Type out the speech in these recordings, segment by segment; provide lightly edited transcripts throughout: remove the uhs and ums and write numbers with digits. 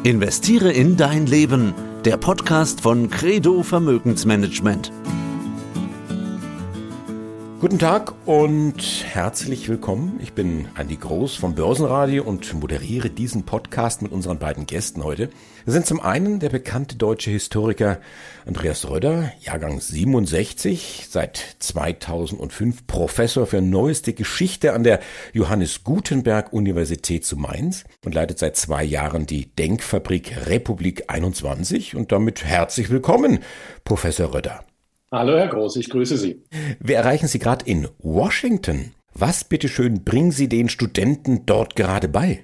Investiere in dein Leben, der Podcast von Credo Vermögensmanagement. Guten Tag und herzlich willkommen. Ich bin Andi Groß vom Börsenradio und moderiere diesen Podcast mit unseren beiden Gästen heute. Wir sind zum einen der bekannte deutsche Historiker Andreas Rödder, Jahrgang 67, seit 2005 Professor für neueste Geschichte an der Johannes Gutenberg Universität zu Mainz und leitet seit 2 Jahren die Denkfabrik Republik 21 und damit herzlich willkommen, Professor Rödder. Hallo Herr Groß, ich grüße Sie. Wir erreichen Sie gerade in Washington. Was bitteschön bringen Sie den Studenten dort gerade bei?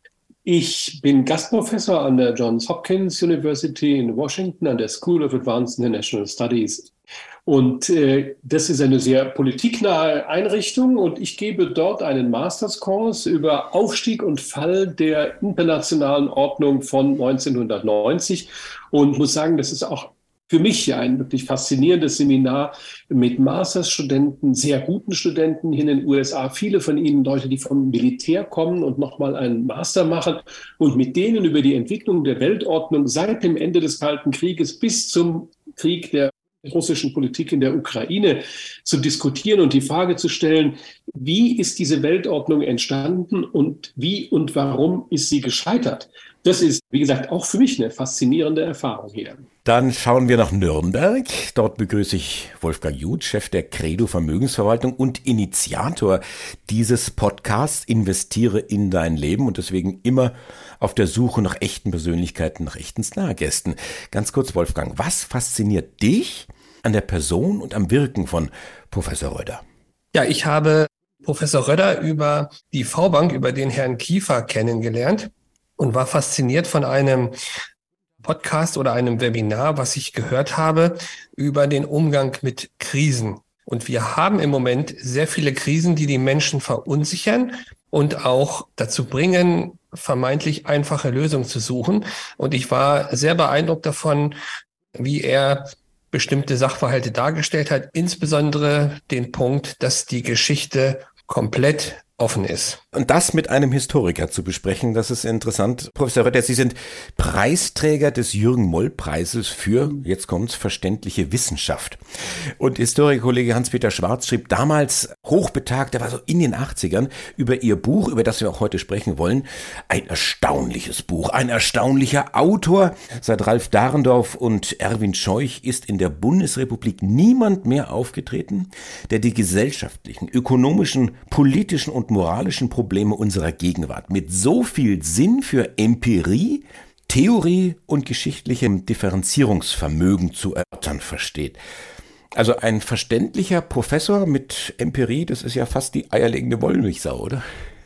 Ich bin Gastprofessor an der Johns Hopkins University in Washington an der School of Advanced International Studies. Und das ist eine sehr politiknahe Einrichtung und ich gebe dort einen Masterskurs über Aufstieg und Fall der internationalen Ordnung von 1990 und muss sagen, das ist auch für mich ein wirklich faszinierendes Seminar mit Masterstudenten, sehr guten Studenten hier in den USA. Viele von ihnen Leute, die vom Militär kommen und nochmal einen Master machen und mit denen über die Entwicklung der Weltordnung seit dem Ende des Kalten Krieges bis zum Krieg der russischen Politik in der Ukraine zu diskutieren und die Frage zu stellen, wie ist diese Weltordnung entstanden und wie und warum ist sie gescheitert? Das ist, wie gesagt, auch für mich eine faszinierende Erfahrung hier. Dann schauen wir nach Nürnberg. Dort begrüße ich Wolfgang Jud, Chef der Credo Vermögensverwaltung und Initiator dieses Podcasts Investiere in dein Leben und deswegen immer auf der Suche nach echten Persönlichkeiten, nach echten Stargästen. Ganz kurz, Wolfgang, was fasziniert dich an der Person und am Wirken von Professor Rödder? Ja, ich habe Professor Rödder über die V-Bank, über den Herrn Kiefer kennengelernt und war fasziniert von einem Podcast oder einem Webinar, was ich gehört habe, über den Umgang mit Krisen. Und wir haben im Moment sehr viele Krisen, die die Menschen verunsichern und auch dazu bringen, vermeintlich einfache Lösungen zu suchen. Und ich war sehr beeindruckt davon, wie er bestimmte Sachverhalte dargestellt hat, insbesondere den Punkt, dass die Geschichte komplett offen ist. Und das mit einem Historiker zu besprechen, das ist interessant. Professor Rödder, Sie sind Preisträger des Jürgen-Moll-Preises für, jetzt kommt's, verständliche Wissenschaft. Und Historikerkollege Hans-Peter Schwarz schrieb damals hochbetagt, der war so in den 80ern, über Ihr Buch, über das wir auch heute sprechen wollen. Ein erstaunliches Buch, ein erstaunlicher Autor. Seit Ralf Dahrendorf und Erwin Scheuch ist in der Bundesrepublik niemand mehr aufgetreten, der die gesellschaftlichen, ökonomischen, politischen und moralischen Probleme unserer Gegenwart mit so viel Sinn für Empirie, Theorie und geschichtlichem Differenzierungsvermögen zu erörtern versteht. Also ein verständlicher Professor mit Empirie, das ist ja fast die eierlegende Wollmilchsau, oder?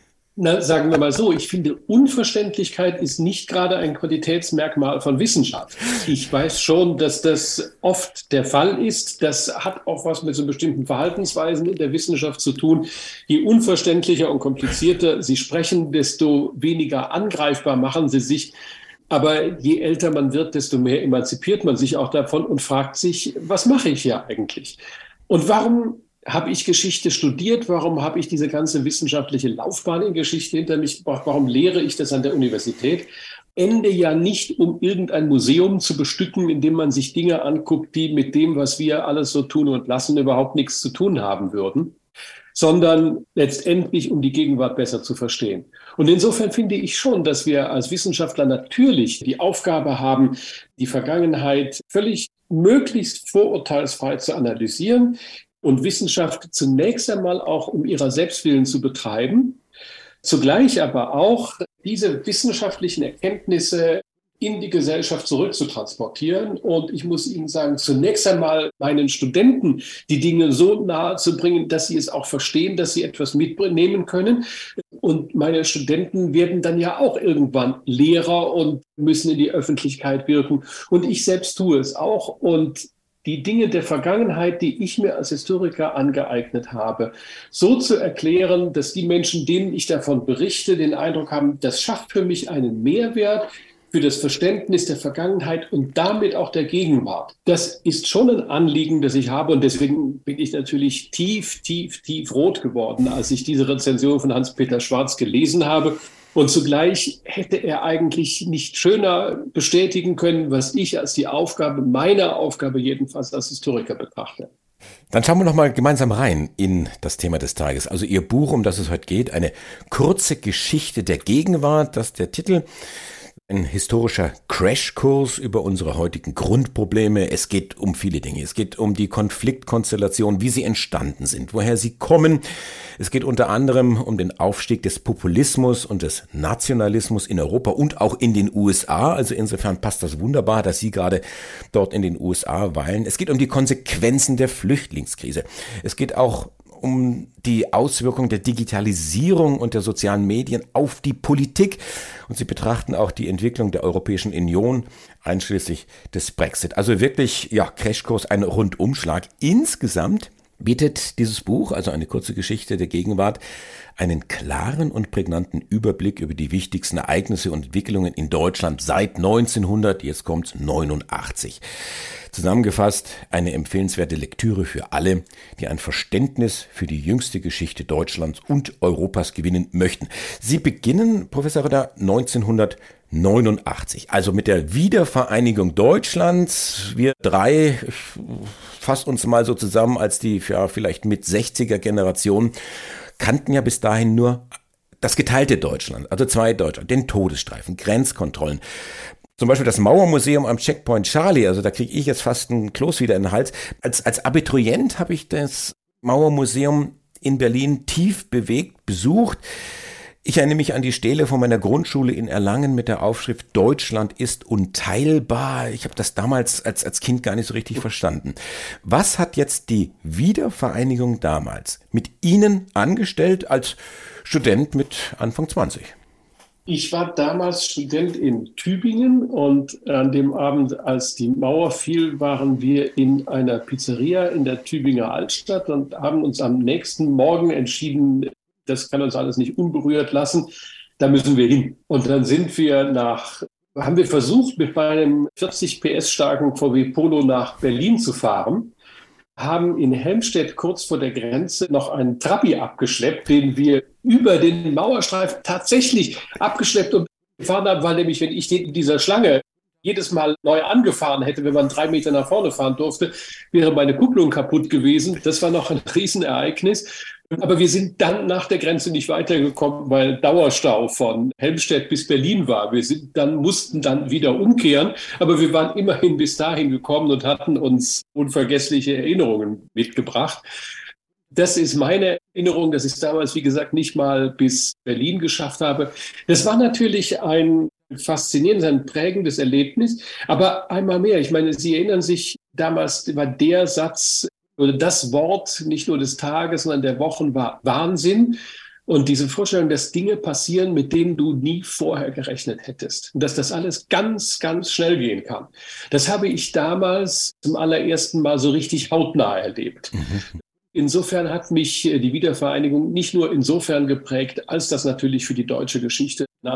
Na, sagen wir mal so, ich finde, Unverständlichkeit ist nicht gerade ein Qualitätsmerkmal von Wissenschaft. Ich weiß schon, dass das oft der Fall ist. Das hat auch was mit so bestimmten Verhaltensweisen in der Wissenschaft zu tun. Je unverständlicher und komplizierter Sie sprechen, desto weniger angreifbar machen Sie sich. Aber je älter man wird, desto mehr emanzipiert man sich auch davon und fragt sich, was mache ich hier eigentlich? Und warum habe ich Geschichte studiert? Warum habe ich diese ganze wissenschaftliche Laufbahn in Geschichte hinter mich gebracht? Warum lehre ich das an der Universität? Ende ja nicht, um irgendein Museum zu bestücken, in dem man sich Dinge anguckt, die mit dem, was wir alles so tun und lassen, überhaupt nichts zu tun haben würden, sondern letztendlich, um die Gegenwart besser zu verstehen. Und insofern finde ich schon, dass wir als Wissenschaftler natürlich die Aufgabe haben, die Vergangenheit völlig möglichst vorurteilsfrei zu analysieren, und Wissenschaft zunächst einmal auch um ihrer Selbstwillen zu betreiben, zugleich aber auch diese wissenschaftlichen Erkenntnisse in die Gesellschaft zurückzutransportieren. Und ich muss Ihnen sagen, zunächst einmal meinen Studenten die Dinge so nahe zu bringen, dass sie es auch verstehen, dass sie etwas mitnehmen können. Und meine Studenten werden dann ja auch irgendwann Lehrer und müssen in die Öffentlichkeit wirken. Und ich selbst tue es auch. Und die Dinge der Vergangenheit, die ich mir als Historiker angeeignet habe, so zu erklären, dass die Menschen, denen ich davon berichte, den Eindruck haben, das schafft für mich einen Mehrwert für das Verständnis der Vergangenheit und damit auch der Gegenwart. Das ist schon ein Anliegen, das ich habe, und deswegen bin ich natürlich tief rot geworden, als ich diese Rezension von Hans-Peter Schwarz gelesen habe. Und zugleich hätte er eigentlich nicht schöner bestätigen können, was ich als die Aufgabe, meine Aufgabe jedenfalls als Historiker betrachte. Dann schauen wir noch mal gemeinsam rein in das Thema des Tages. Also Ihr Buch, um das es heute geht, eine kurze Geschichte der Gegenwart, das ist der Titel. Ein historischer Crashkurs über unsere heutigen Grundprobleme. Es geht um viele Dinge. Es geht um die Konfliktkonstellationen, wie sie entstanden sind, woher sie kommen. Es geht unter anderem um den Aufstieg des Populismus und des Nationalismus in Europa und auch in den USA. Also insofern passt das wunderbar, dass Sie gerade dort in den USA weilen. Es geht um die Konsequenzen der Flüchtlingskrise. Es geht auch um die Auswirkungen der Digitalisierung und der sozialen Medien auf die Politik. Und Sie betrachten auch die Entwicklung der Europäischen Union, einschließlich des Brexit. Also wirklich, ja, Crashkurs, ein Rundumschlag. Insgesamt bietet dieses Buch, also eine kurze Geschichte der Gegenwart, einen klaren und prägnanten Überblick über die wichtigsten Ereignisse und Entwicklungen in Deutschland seit 1900, jetzt kommt's, 89. Zusammengefasst eine empfehlenswerte Lektüre für alle, die ein Verständnis für die jüngste Geschichte Deutschlands und Europas gewinnen möchten. Sie beginnen, Professor Röder, 1989, also mit der Wiedervereinigung Deutschlands. Wir drei, ich fasse uns mal so zusammen als die vielleicht mit 60er Generation, kannten ja bis dahin nur das geteilte Deutschland, also zwei Deutschland, den Todesstreifen, Grenzkontrollen. Zum Beispiel das Mauermuseum am Checkpoint Charlie, also da kriege ich jetzt fast einen Kloß wieder in den Hals. Als Abiturient habe ich das Mauermuseum in Berlin tief bewegt besucht. Ich erinnere mich an die Stele von meiner Grundschule in Erlangen mit der Aufschrift Deutschland ist unteilbar. Ich habe das damals als Kind gar nicht so richtig verstanden. Was hat jetzt die Wiedervereinigung damals mit Ihnen angestellt als Student mit Anfang 20? Ich war damals Student in Tübingen und an dem Abend, als die Mauer fiel, waren wir in einer Pizzeria in der Tübinger Altstadt und haben uns am nächsten Morgen entschieden, das kann uns alles nicht unberührt lassen, da müssen wir hin. Und dann haben wir versucht, mit einem 40 PS starken VW Polo nach Berlin zu fahren, haben in Helmstedt kurz vor der Grenze noch einen Trabi abgeschleppt, den wir über den Mauerstreifen tatsächlich abgeschleppt und gefahren haben, weil nämlich, wenn ich den in dieser Schlange jedes Mal neu angefahren hätte, wenn man 3 Meter nach vorne fahren durfte, wäre meine Kupplung kaputt gewesen. Das war noch ein Riesenereignis. Aber wir sind dann nach der Grenze nicht weitergekommen, weil Dauerstau von Helmstedt bis Berlin war. Mussten dann wieder umkehren. Aber wir waren immerhin bis dahin gekommen und hatten uns unvergessliche Erinnerungen mitgebracht. Das ist meine Erinnerung, dass ich es damals, wie gesagt, nicht mal bis Berlin geschafft habe. Das war natürlich ein faszinierendes, ein prägendes Erlebnis. Aber einmal mehr, ich meine, Sie erinnern sich, damals war der Satz oder das Wort nicht nur des Tages, sondern der Wochen war Wahnsinn. Und diese Vorstellung, dass Dinge passieren, mit denen du nie vorher gerechnet hättest. Und dass das alles ganz, ganz schnell gehen kann. Das habe ich damals zum allerersten Mal so richtig hautnah erlebt. Insofern hat mich die Wiedervereinigung nicht nur insofern geprägt, als das natürlich für die deutsche Geschichte nach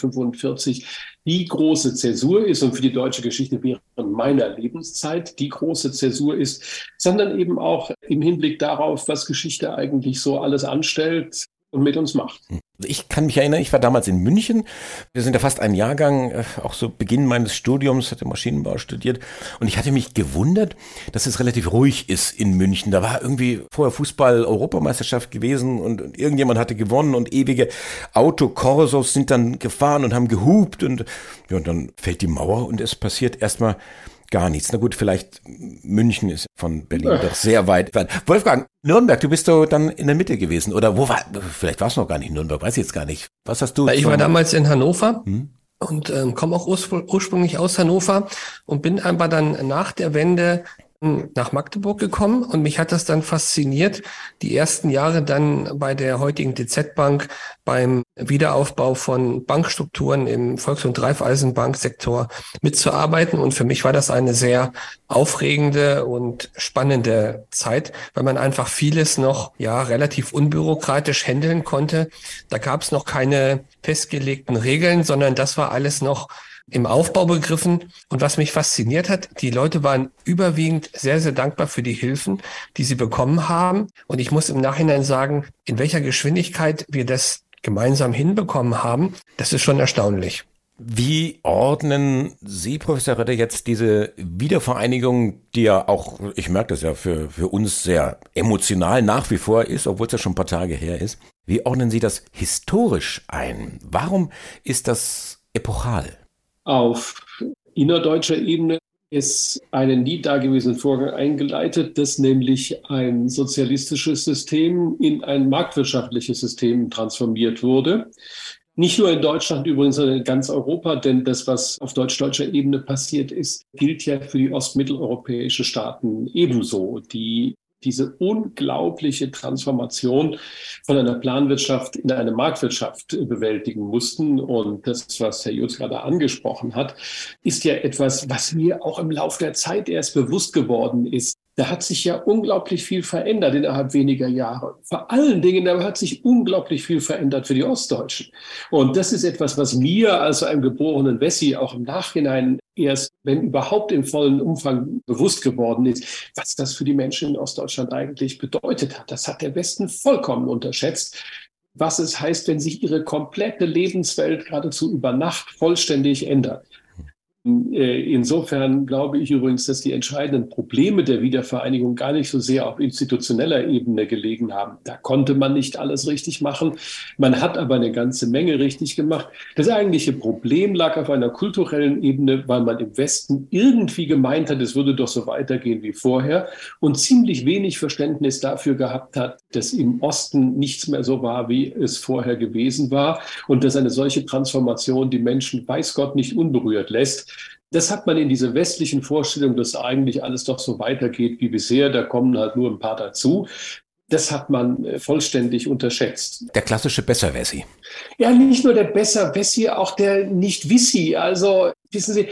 1945 die große Zäsur ist und für die deutsche Geschichte während meiner Lebenszeit die große Zäsur ist, sondern eben auch im Hinblick darauf, was Geschichte eigentlich so alles anstellt und mit uns macht. Ich kann mich erinnern, ich war damals in München. Wir sind ja fast ein Jahrgang, auch so Beginn meines Studiums, hatte Maschinenbau studiert. Und ich hatte mich gewundert, dass es relativ ruhig ist in München. Da war irgendwie vorher Fußball-Europameisterschaft gewesen und irgendjemand hatte gewonnen und ewige Autokorsos sind dann gefahren und haben gehupt. Und dann fällt die Mauer und es passiert erstmal gar nichts. Na gut, vielleicht München ist von Berlin doch sehr weit. Wolfgang, Nürnberg, du bist so dann in der Mitte gewesen. Oder vielleicht war es noch gar nicht Nürnberg, weiß ich jetzt gar nicht. Was hast du? Ich war damals in Hannover und komme auch ursprünglich aus Hannover und bin aber dann nach der Wende nach Magdeburg gekommen und mich hat das dann fasziniert, die ersten Jahre dann bei der heutigen DZ Bank beim Wiederaufbau von Bankstrukturen im Volks- und Raiffeisenbanksektor mitzuarbeiten. Und für mich war das eine sehr aufregende und spannende Zeit, weil man einfach vieles noch relativ unbürokratisch handeln konnte. Da gab es noch keine festgelegten Regeln, sondern das war alles noch im Aufbau begriffen. Und was mich fasziniert hat, die Leute waren überwiegend sehr, sehr dankbar für die Hilfen, die sie bekommen haben. Und ich muss im Nachhinein sagen, in welcher Geschwindigkeit wir das gemeinsam hinbekommen haben, das ist schon erstaunlich. Wie ordnen Sie, Professor Rötter, jetzt diese Wiedervereinigung, die ja auch, ich merke das ja, für uns sehr emotional nach wie vor ist, obwohl es ja schon ein paar Tage her ist. Wie ordnen Sie das historisch ein? Warum ist das epochal? Auf innerdeutscher Ebene ist einen nie dagewesenen Vorgang eingeleitet, dass nämlich ein sozialistisches System in ein marktwirtschaftliches System transformiert wurde. Nicht nur in Deutschland übrigens, sondern in ganz Europa, denn das, was auf deutsch-deutscher Ebene passiert ist, gilt ja für die ostmitteleuropäischen Staaten ebenso, die diese unglaubliche Transformation von einer Planwirtschaft in eine Marktwirtschaft bewältigen mussten. Und das, was Herr Jutz gerade angesprochen hat, ist ja etwas, was mir auch im Laufe der Zeit erst bewusst geworden ist. Da hat sich ja unglaublich viel verändert innerhalb weniger Jahre. Vor allen Dingen aber hat sich unglaublich viel verändert für die Ostdeutschen. Und das ist etwas, was mir als einem geborenen Wessi auch im Nachhinein erst, wenn überhaupt im vollen Umfang bewusst geworden ist, was das für die Menschen in Ostdeutschland eigentlich bedeutet hat. Das hat der Westen vollkommen unterschätzt, was es heißt, wenn sich ihre komplette Lebenswelt geradezu über Nacht vollständig ändert. Insofern glaube ich übrigens, dass die entscheidenden Probleme der Wiedervereinigung gar nicht so sehr auf institutioneller Ebene gelegen haben. Da konnte man nicht alles richtig machen. Man hat aber eine ganze Menge richtig gemacht. Das eigentliche Problem lag auf einer kulturellen Ebene, weil man im Westen irgendwie gemeint hat, es würde doch so weitergehen wie vorher und ziemlich wenig Verständnis dafür gehabt hat, dass im Osten nichts mehr so war, wie es vorher gewesen war und dass eine solche Transformation die Menschen, weiß Gott, nicht unberührt lässt. Das hat man in diese westlichen Vorstellungen, dass eigentlich alles doch so weitergeht wie bisher, da kommen halt nur ein paar dazu. Das hat man vollständig unterschätzt. Der klassische Besserwessi. Ja, nicht nur der Besserwessi, auch der Nicht-Wissi. Also, wissen Sie,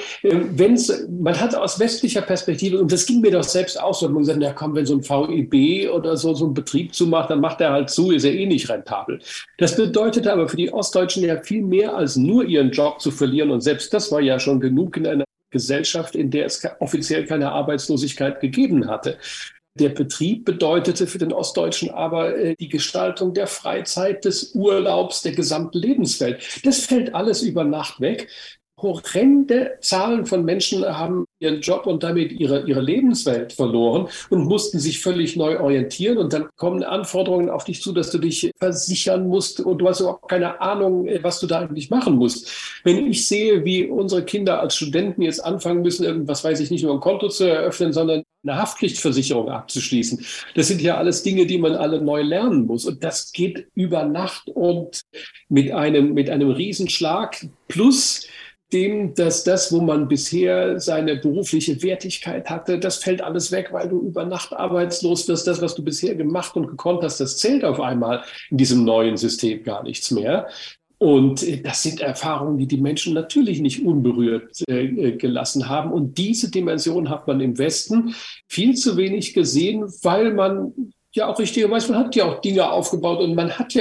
man hat aus westlicher Perspektive, und das ging mir doch selbst auch so, man gesagt, ja komm, wenn so ein VEB oder so einen Betrieb zumacht, dann macht er halt zu, ist er eh nicht rentabel. Das bedeutete aber für die Ostdeutschen ja viel mehr als nur ihren Job zu verlieren. Und selbst das war ja schon genug in einer Gesellschaft, in der es offiziell keine Arbeitslosigkeit gegeben hatte. Der Betrieb bedeutete für den Ostdeutschen aber die Gestaltung der Freizeit, des Urlaubs, der gesamten Lebenswelt. Das fällt alles über Nacht weg. Horrende Zahlen von Menschen haben ihren Job und damit ihre Lebenswelt verloren und mussten sich völlig neu orientieren. Und dann kommen Anforderungen auf dich zu, dass du dich versichern musst und du hast überhaupt keine Ahnung, was du da eigentlich machen musst. Wenn ich sehe, wie unsere Kinder als Studenten jetzt anfangen müssen, irgendwas, weiß ich nicht, nur ein Konto zu eröffnen, sondern eine Haftpflichtversicherung abzuschließen. Das sind ja alles Dinge, die man alle neu lernen muss. Und das geht über Nacht und mit einem Riesenschlag plus dem, dass das, wo man bisher seine berufliche Wertigkeit hatte, das fällt alles weg, weil du über Nacht arbeitslos wirst. Das, was du bisher gemacht und gekonnt hast, das zählt auf einmal in diesem neuen System gar nichts mehr. Und das sind Erfahrungen, die die Menschen natürlich nicht unberührt gelassen haben. Und diese Dimension hat man im Westen viel zu wenig gesehen, weil man ja auch richtigerweise, man hat ja auch Dinge aufgebaut und man hat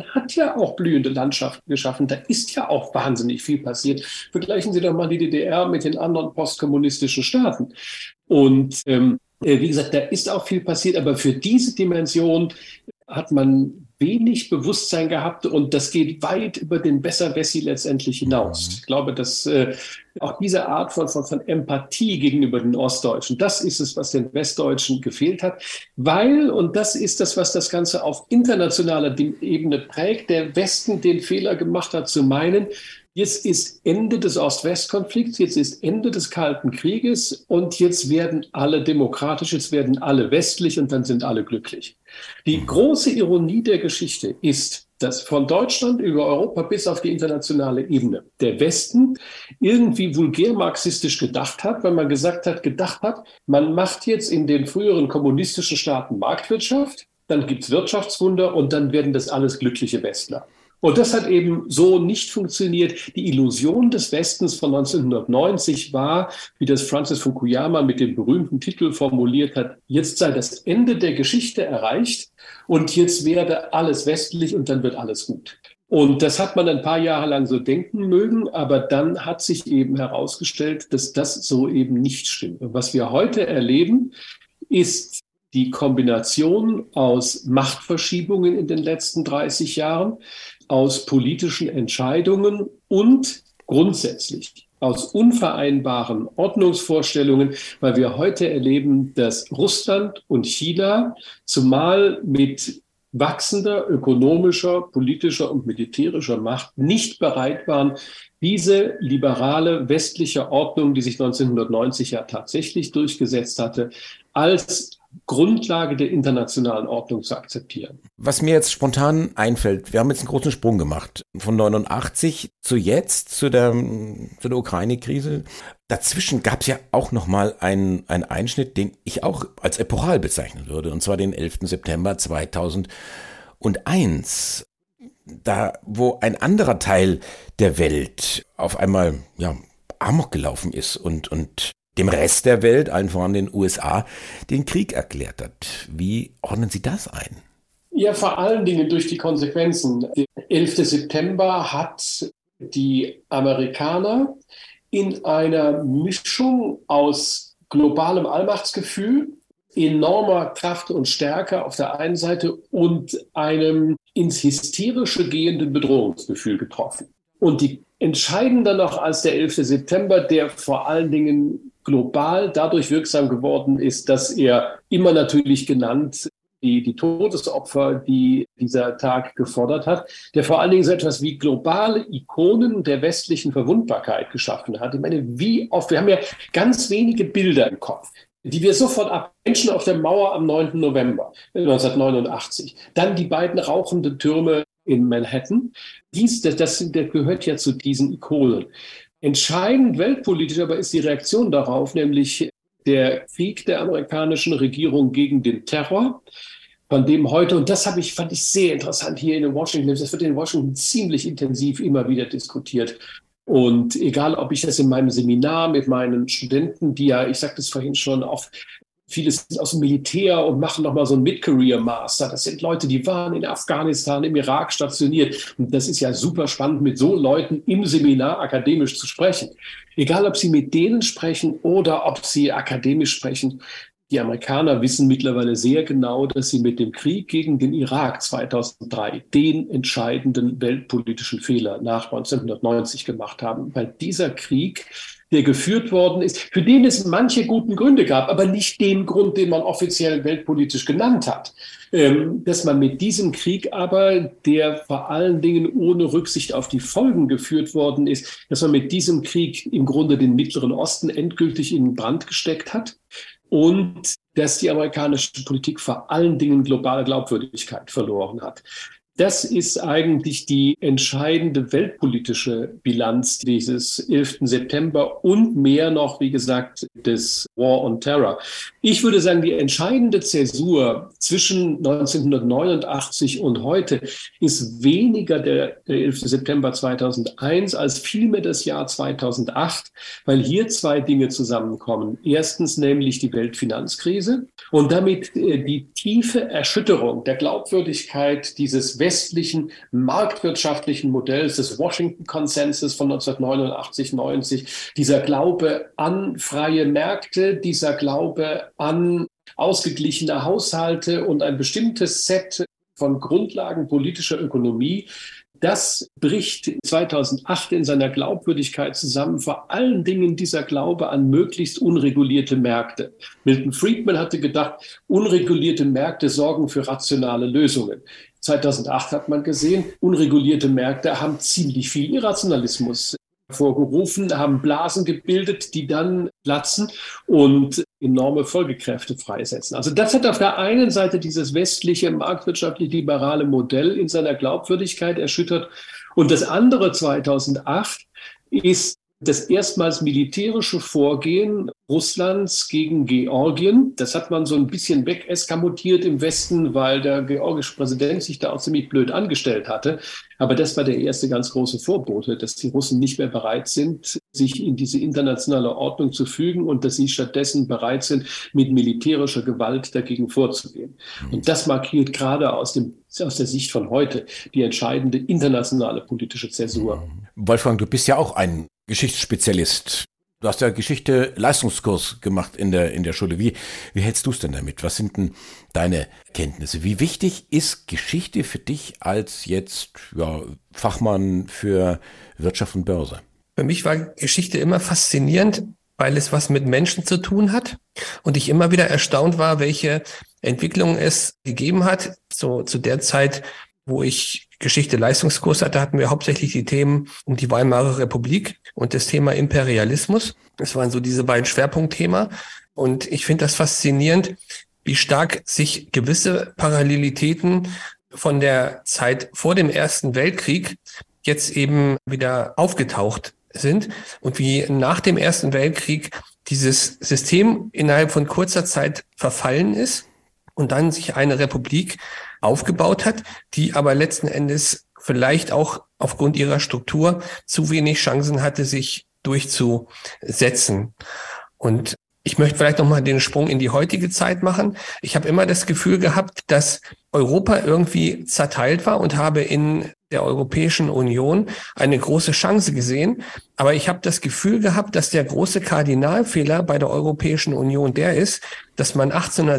ja auch blühende Landschaften geschaffen. Da ist ja auch wahnsinnig viel passiert. Vergleichen Sie doch mal die DDR mit den anderen postkommunistischen Staaten. Und wie gesagt, da ist auch viel passiert, aber für diese Dimension hat man wenig Bewusstsein gehabt und das geht weit über den Besserwessi letztendlich hinaus. Ich glaube, dass auch diese Art von Empathie gegenüber den Ostdeutschen, das ist es, was den Westdeutschen gefehlt hat, weil, und das ist das, was das Ganze auf internationaler Ebene prägt, der Westen den Fehler gemacht hat zu meinen, jetzt ist Ende des Ost-West-Konflikts, jetzt ist Ende des Kalten Krieges und jetzt werden alle demokratisch, jetzt werden alle westlich und dann sind alle glücklich. Die große Ironie der Geschichte ist, dass von Deutschland über Europa bis auf die internationale Ebene der Westen irgendwie vulgär marxistisch gedacht hat, weil man gedacht hat, man macht jetzt in den früheren kommunistischen Staaten Marktwirtschaft, dann gibt's Wirtschaftswunder und dann werden das alles glückliche Westler. Und das hat eben so nicht funktioniert. Die Illusion des Westens von 1990 war, wie das Francis Fukuyama mit dem berühmten Titel formuliert hat, jetzt sei das Ende der Geschichte erreicht und jetzt werde alles westlich und dann wird alles gut. Und das hat man ein paar Jahre lang so denken mögen, aber dann hat sich eben herausgestellt, dass das so eben nicht stimmt. Und was wir heute erleben, ist die Kombination aus Machtverschiebungen in den letzten 30 Jahren, aus politischen Entscheidungen und grundsätzlich aus unvereinbaren Ordnungsvorstellungen, weil wir heute erleben, dass Russland und China, zumal mit wachsender ökonomischer, politischer und militärischer Macht, nicht bereit waren, diese liberale westliche Ordnung, die sich 1990 ja tatsächlich durchgesetzt hatte, als Grundlage der internationalen Ordnung zu akzeptieren. Was mir jetzt spontan einfällt, wir haben jetzt einen großen Sprung gemacht von 89 zu jetzt, zu der Ukraine-Krise. Dazwischen gab es ja auch nochmal einen Einschnitt, den ich auch als epochal bezeichnen würde, und zwar den 11. September 2001. Da, wo ein anderer Teil der Welt auf einmal amok gelaufen ist und dem Rest der Welt, allen voran den USA, den Krieg erklärt hat. Wie ordnen Sie das ein? Ja, vor allen Dingen durch die Konsequenzen. Der 11. September hat die Amerikaner in einer Mischung aus globalem Allmachtsgefühl, enormer Kraft und Stärke auf der einen Seite und einem ins Hysterische gehenden Bedrohungsgefühl getroffen. Und die entscheidender noch als der 11. September, der vor allen Dingen global dadurch wirksam geworden ist, dass er immer natürlich genannt die Todesopfer, die dieser Tag gefordert hat, der vor allen Dingen so etwas wie globale Ikonen der westlichen Verwundbarkeit geschaffen hat. Ich meine, wie oft, wir haben ja ganz wenige Bilder im Kopf, die wir sofort ab. Menschen auf der Mauer am 9. November 1989, dann die beiden rauchenden Türme in Manhattan. Das gehört ja zu diesen Ikonen. Entscheidend weltpolitisch aber ist die Reaktion darauf, nämlich der Krieg der amerikanischen Regierung gegen den Terror, von dem heute, und das fand ich sehr interessant hier in Washington, das wird in Washington ziemlich intensiv immer wieder diskutiert. Und egal, ob ich das in meinem Seminar mit meinen Studenten, die ja, ich sagte es vorhin schon, oft vieles aus dem Militär und machen nochmal so einen Mid-Career-Master. Das sind Leute, die waren in Afghanistan, im Irak stationiert. Und das ist ja super spannend, mit so Leuten im Seminar akademisch zu sprechen. Egal, ob Sie mit denen sprechen oder ob Sie akademisch sprechen. Die Amerikaner wissen mittlerweile sehr genau, dass sie mit dem Krieg gegen den Irak 2003 den entscheidenden weltpolitischen Fehler nach 1990 gemacht haben. Weil dieser Krieg, der geführt worden ist, für den es manche guten Gründe gab, aber nicht den Grund, den man offiziell weltpolitisch genannt hat. Dass man mit diesem Krieg aber, der vor allen Dingen ohne Rücksicht auf die Folgen geführt worden ist, dass man mit diesem Krieg im Grunde den Mittleren Osten endgültig in Brand gesteckt hat. Und dass die amerikanische Politik vor allen Dingen globale Glaubwürdigkeit verloren hat. Das ist eigentlich die entscheidende weltpolitische Bilanz dieses 11. September und mehr noch, wie gesagt, des War on Terror. Ich würde sagen, die entscheidende Zäsur zwischen 1989 und heute ist weniger der 11. September 2001 als vielmehr das Jahr 2008, weil hier zwei Dinge zusammenkommen. Erstens nämlich die Weltfinanzkrise und damit die tiefe Erschütterung der Glaubwürdigkeit dieses westlichen marktwirtschaftlichen Modells des Washington-Konsensus von 1989-90, dieser Glaube an freie Märkte, dieser Glaube an ausgeglichene Haushalte und ein bestimmtes Set von Grundlagen politischer Ökonomie, das bricht 2008 in seiner Glaubwürdigkeit zusammen, vor allen Dingen dieser Glaube an möglichst unregulierte Märkte. Milton Friedman hatte gedacht, unregulierte Märkte sorgen für rationale Lösungen. 2008 hat man gesehen, unregulierte Märkte haben ziemlich viel Irrationalismus hervorgerufen, haben Blasen gebildet, die dann platzen und enorme Folgekräfte freisetzen. Also das hat auf der einen Seite dieses westliche, marktwirtschaftlich-liberale Modell in seiner Glaubwürdigkeit erschüttert. Und das andere 2008 ist das erstmals militärische Vorgehen Russlands gegen Georgien. Das hat man so ein bisschen wegeskamotiert im Westen, weil der georgische Präsident sich da auch ziemlich blöd angestellt hatte. Aber das war der erste ganz große Vorbote, dass die Russen nicht mehr bereit sind, sich in diese internationale Ordnung zu fügen und dass sie stattdessen bereit sind, mit militärischer Gewalt dagegen vorzugehen. Und das markiert gerade aus der Sicht von heute die entscheidende internationale politische Zäsur. Wolfgang, du bist ja auch ein Geschichtsspezialist. Du hast ja Geschichte Leistungskurs gemacht in der Schule. Wie hältst du es denn damit? Was sind denn deine Kenntnisse? Wie wichtig ist Geschichte für dich als jetzt Fachmann für Wirtschaft und Börse? Für mich war Geschichte immer faszinierend, weil es was mit Menschen zu tun hat und ich immer wieder erstaunt war, welche Entwicklungen es gegeben hat. So zu der Zeit, wo ich Geschichte-Leistungskurs hatte, hatten wir hauptsächlich die Themen um die Weimarer Republik und das Thema Imperialismus. Das waren so diese beiden Schwerpunktthemen. Und ich finde das faszinierend, wie stark sich gewisse Parallelitäten von der Zeit vor dem Ersten Weltkrieg jetzt eben wieder aufgetaucht sind und wie nach dem Ersten Weltkrieg dieses System innerhalb von kurzer Zeit verfallen ist und dann sich eine Republik aufgebaut hat, die aber letzten Endes vielleicht auch aufgrund ihrer Struktur zu wenig Chancen hatte, sich durchzusetzen. Und ich möchte vielleicht nochmal den Sprung in die heutige Zeit machen. Ich habe immer das Gefühl gehabt, dass Europa irgendwie zerteilt war und habe in der Europäischen Union eine große Chance gesehen. Aber ich habe das Gefühl gehabt, dass der große Kardinalfehler bei der Europäischen Union der ist, dass man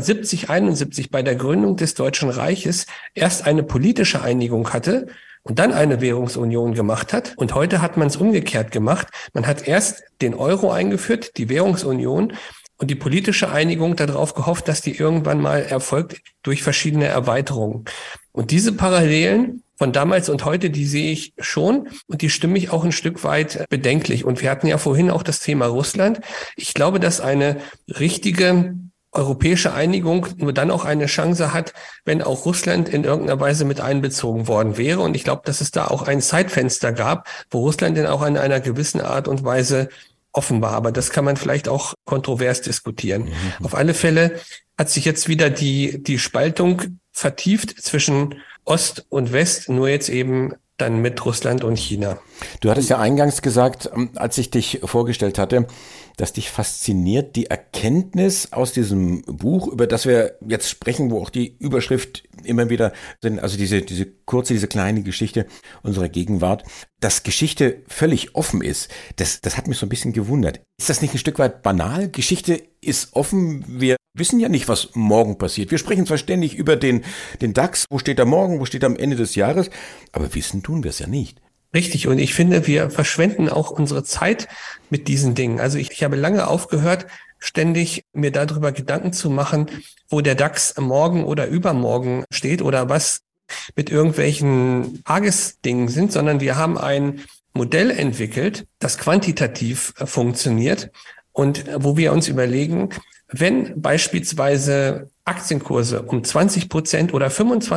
1870, bei der Gründung des Deutschen Reiches erst eine politische Einigung hatte und dann eine Währungsunion gemacht hat. Und heute hat man es umgekehrt gemacht. Man hat erst den Euro eingeführt, die Währungsunion, und die politische Einigung darauf gehofft, dass die irgendwann mal erfolgt durch verschiedene Erweiterungen. Und diese Parallelen von damals und heute, die sehe ich schon und die stimme ich auch ein Stück weit bedenklich. Und wir hatten ja vorhin auch das Thema Russland. Ich glaube, dass eine richtige europäische Einigung nur dann auch eine Chance hat, wenn auch Russland in irgendeiner Weise mit einbezogen worden wäre. Und ich glaube, dass es da auch ein Zeitfenster gab, wo Russland dann auch in einer gewissen Art und Weise offen war. Aber das kann man vielleicht auch kontrovers diskutieren. Mhm. Auf alle Fälle hat sich jetzt wieder die Spaltung vertieft zwischen Ost und West, nur jetzt eben dann mit Russland und China. Du hattest ja eingangs gesagt, als ich dich vorgestellt hatte, dass dich fasziniert die Erkenntnis aus diesem Buch, über das wir jetzt sprechen, wo auch die Überschrift immer wieder sind, also diese kleine Geschichte unserer Gegenwart, dass Geschichte völlig offen ist. Das hat mich so ein bisschen gewundert. Ist das nicht ein Stück weit banal? Geschichte ist offen. Wir wissen ja nicht, was morgen passiert. Wir sprechen zwar ständig über den DAX, wo steht er morgen, wo steht er am Ende des Jahres, aber wissen tun wir es ja nicht. Richtig. Und ich finde, wir verschwenden auch unsere Zeit mit diesen Dingen. Also ich habe lange aufgehört, ständig mir darüber Gedanken zu machen, wo der DAX morgen oder übermorgen steht oder was mit irgendwelchen Tagesdingen sind, sondern wir haben ein Modell entwickelt, das quantitativ funktioniert und wo wir uns überlegen, wenn beispielsweise Aktienkurse um 20% oder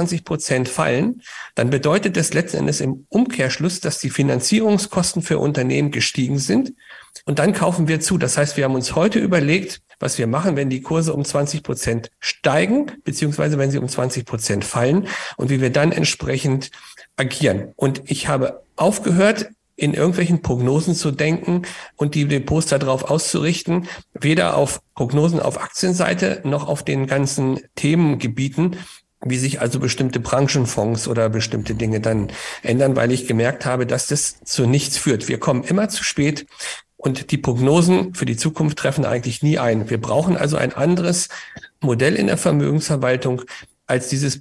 25% fallen, dann bedeutet das letzten Endes im Umkehrschluss, dass die Finanzierungskosten für Unternehmen gestiegen sind. Und dann kaufen wir zu. Das heißt, wir haben uns heute überlegt, was wir machen, wenn die Kurse um 20% steigen, beziehungsweise wenn sie um 20% fallen und wie wir dann entsprechend agieren. Und ich habe aufgehört, in irgendwelchen Prognosen zu denken und die Depots darauf auszurichten, weder auf Prognosen auf Aktienseite noch auf den ganzen Themengebieten, wie sich also bestimmte Branchenfonds oder bestimmte Dinge dann ändern, weil ich gemerkt habe, dass das zu nichts führt. Wir kommen immer zu spät und die Prognosen für die Zukunft treffen eigentlich nie ein. Wir brauchen also ein anderes Modell in der Vermögensverwaltung als dieses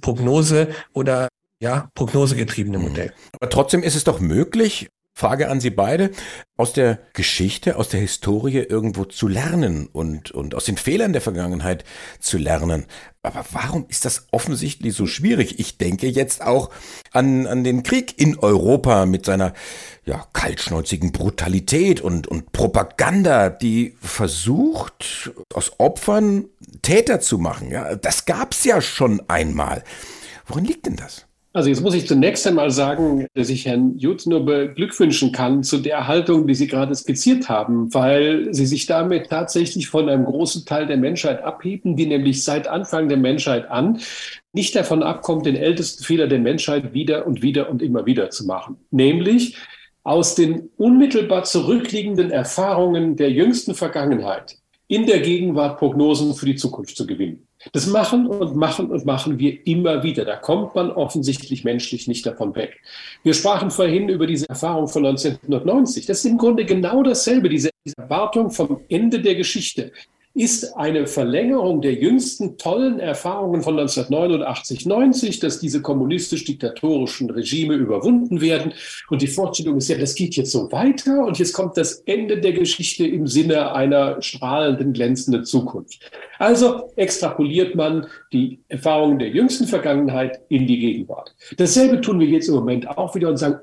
prognosegetriebene Modell. Aber trotzdem ist es doch möglich, Frage an Sie beide, aus der Geschichte, aus der Historie irgendwo zu lernen und aus den Fehlern der Vergangenheit zu lernen. Aber warum ist das offensichtlich so schwierig? Ich denke jetzt auch an den Krieg in Europa mit seiner kaltschnäuzigen Brutalität und Propaganda, die versucht, aus Opfern Täter zu machen. Ja, das gab's ja schon einmal. Worin liegt denn das? Also jetzt muss ich zunächst einmal sagen, dass ich Herrn Jud nur beglückwünschen kann zu der Haltung, die Sie gerade skizziert haben, weil Sie sich damit tatsächlich von einem großen Teil der Menschheit abheben, die nämlich seit Anfang der Menschheit an nicht davon abkommt, den ältesten Fehler der Menschheit wieder und wieder und immer wieder zu machen. Nämlich aus den unmittelbar zurückliegenden Erfahrungen der jüngsten Vergangenheit in der Gegenwart Prognosen für die Zukunft zu gewinnen. Das machen wir immer wieder. Da kommt man offensichtlich menschlich nicht davon weg. Wir sprachen vorhin über diese Erfahrung von 1990. Das ist im Grunde genau dasselbe. Diese Erwartung vom Ende der Geschichte ist eine Verlängerung der jüngsten tollen Erfahrungen von 1989, 90, dass diese kommunistisch-diktatorischen Regime überwunden werden. Und die Vorstellung ist ja, das geht jetzt so weiter und jetzt kommt das Ende der Geschichte im Sinne einer strahlenden, glänzenden Zukunft. Also extrapoliert man die Erfahrungen der jüngsten Vergangenheit in die Gegenwart. Dasselbe tun wir jetzt im Moment auch wieder und sagen,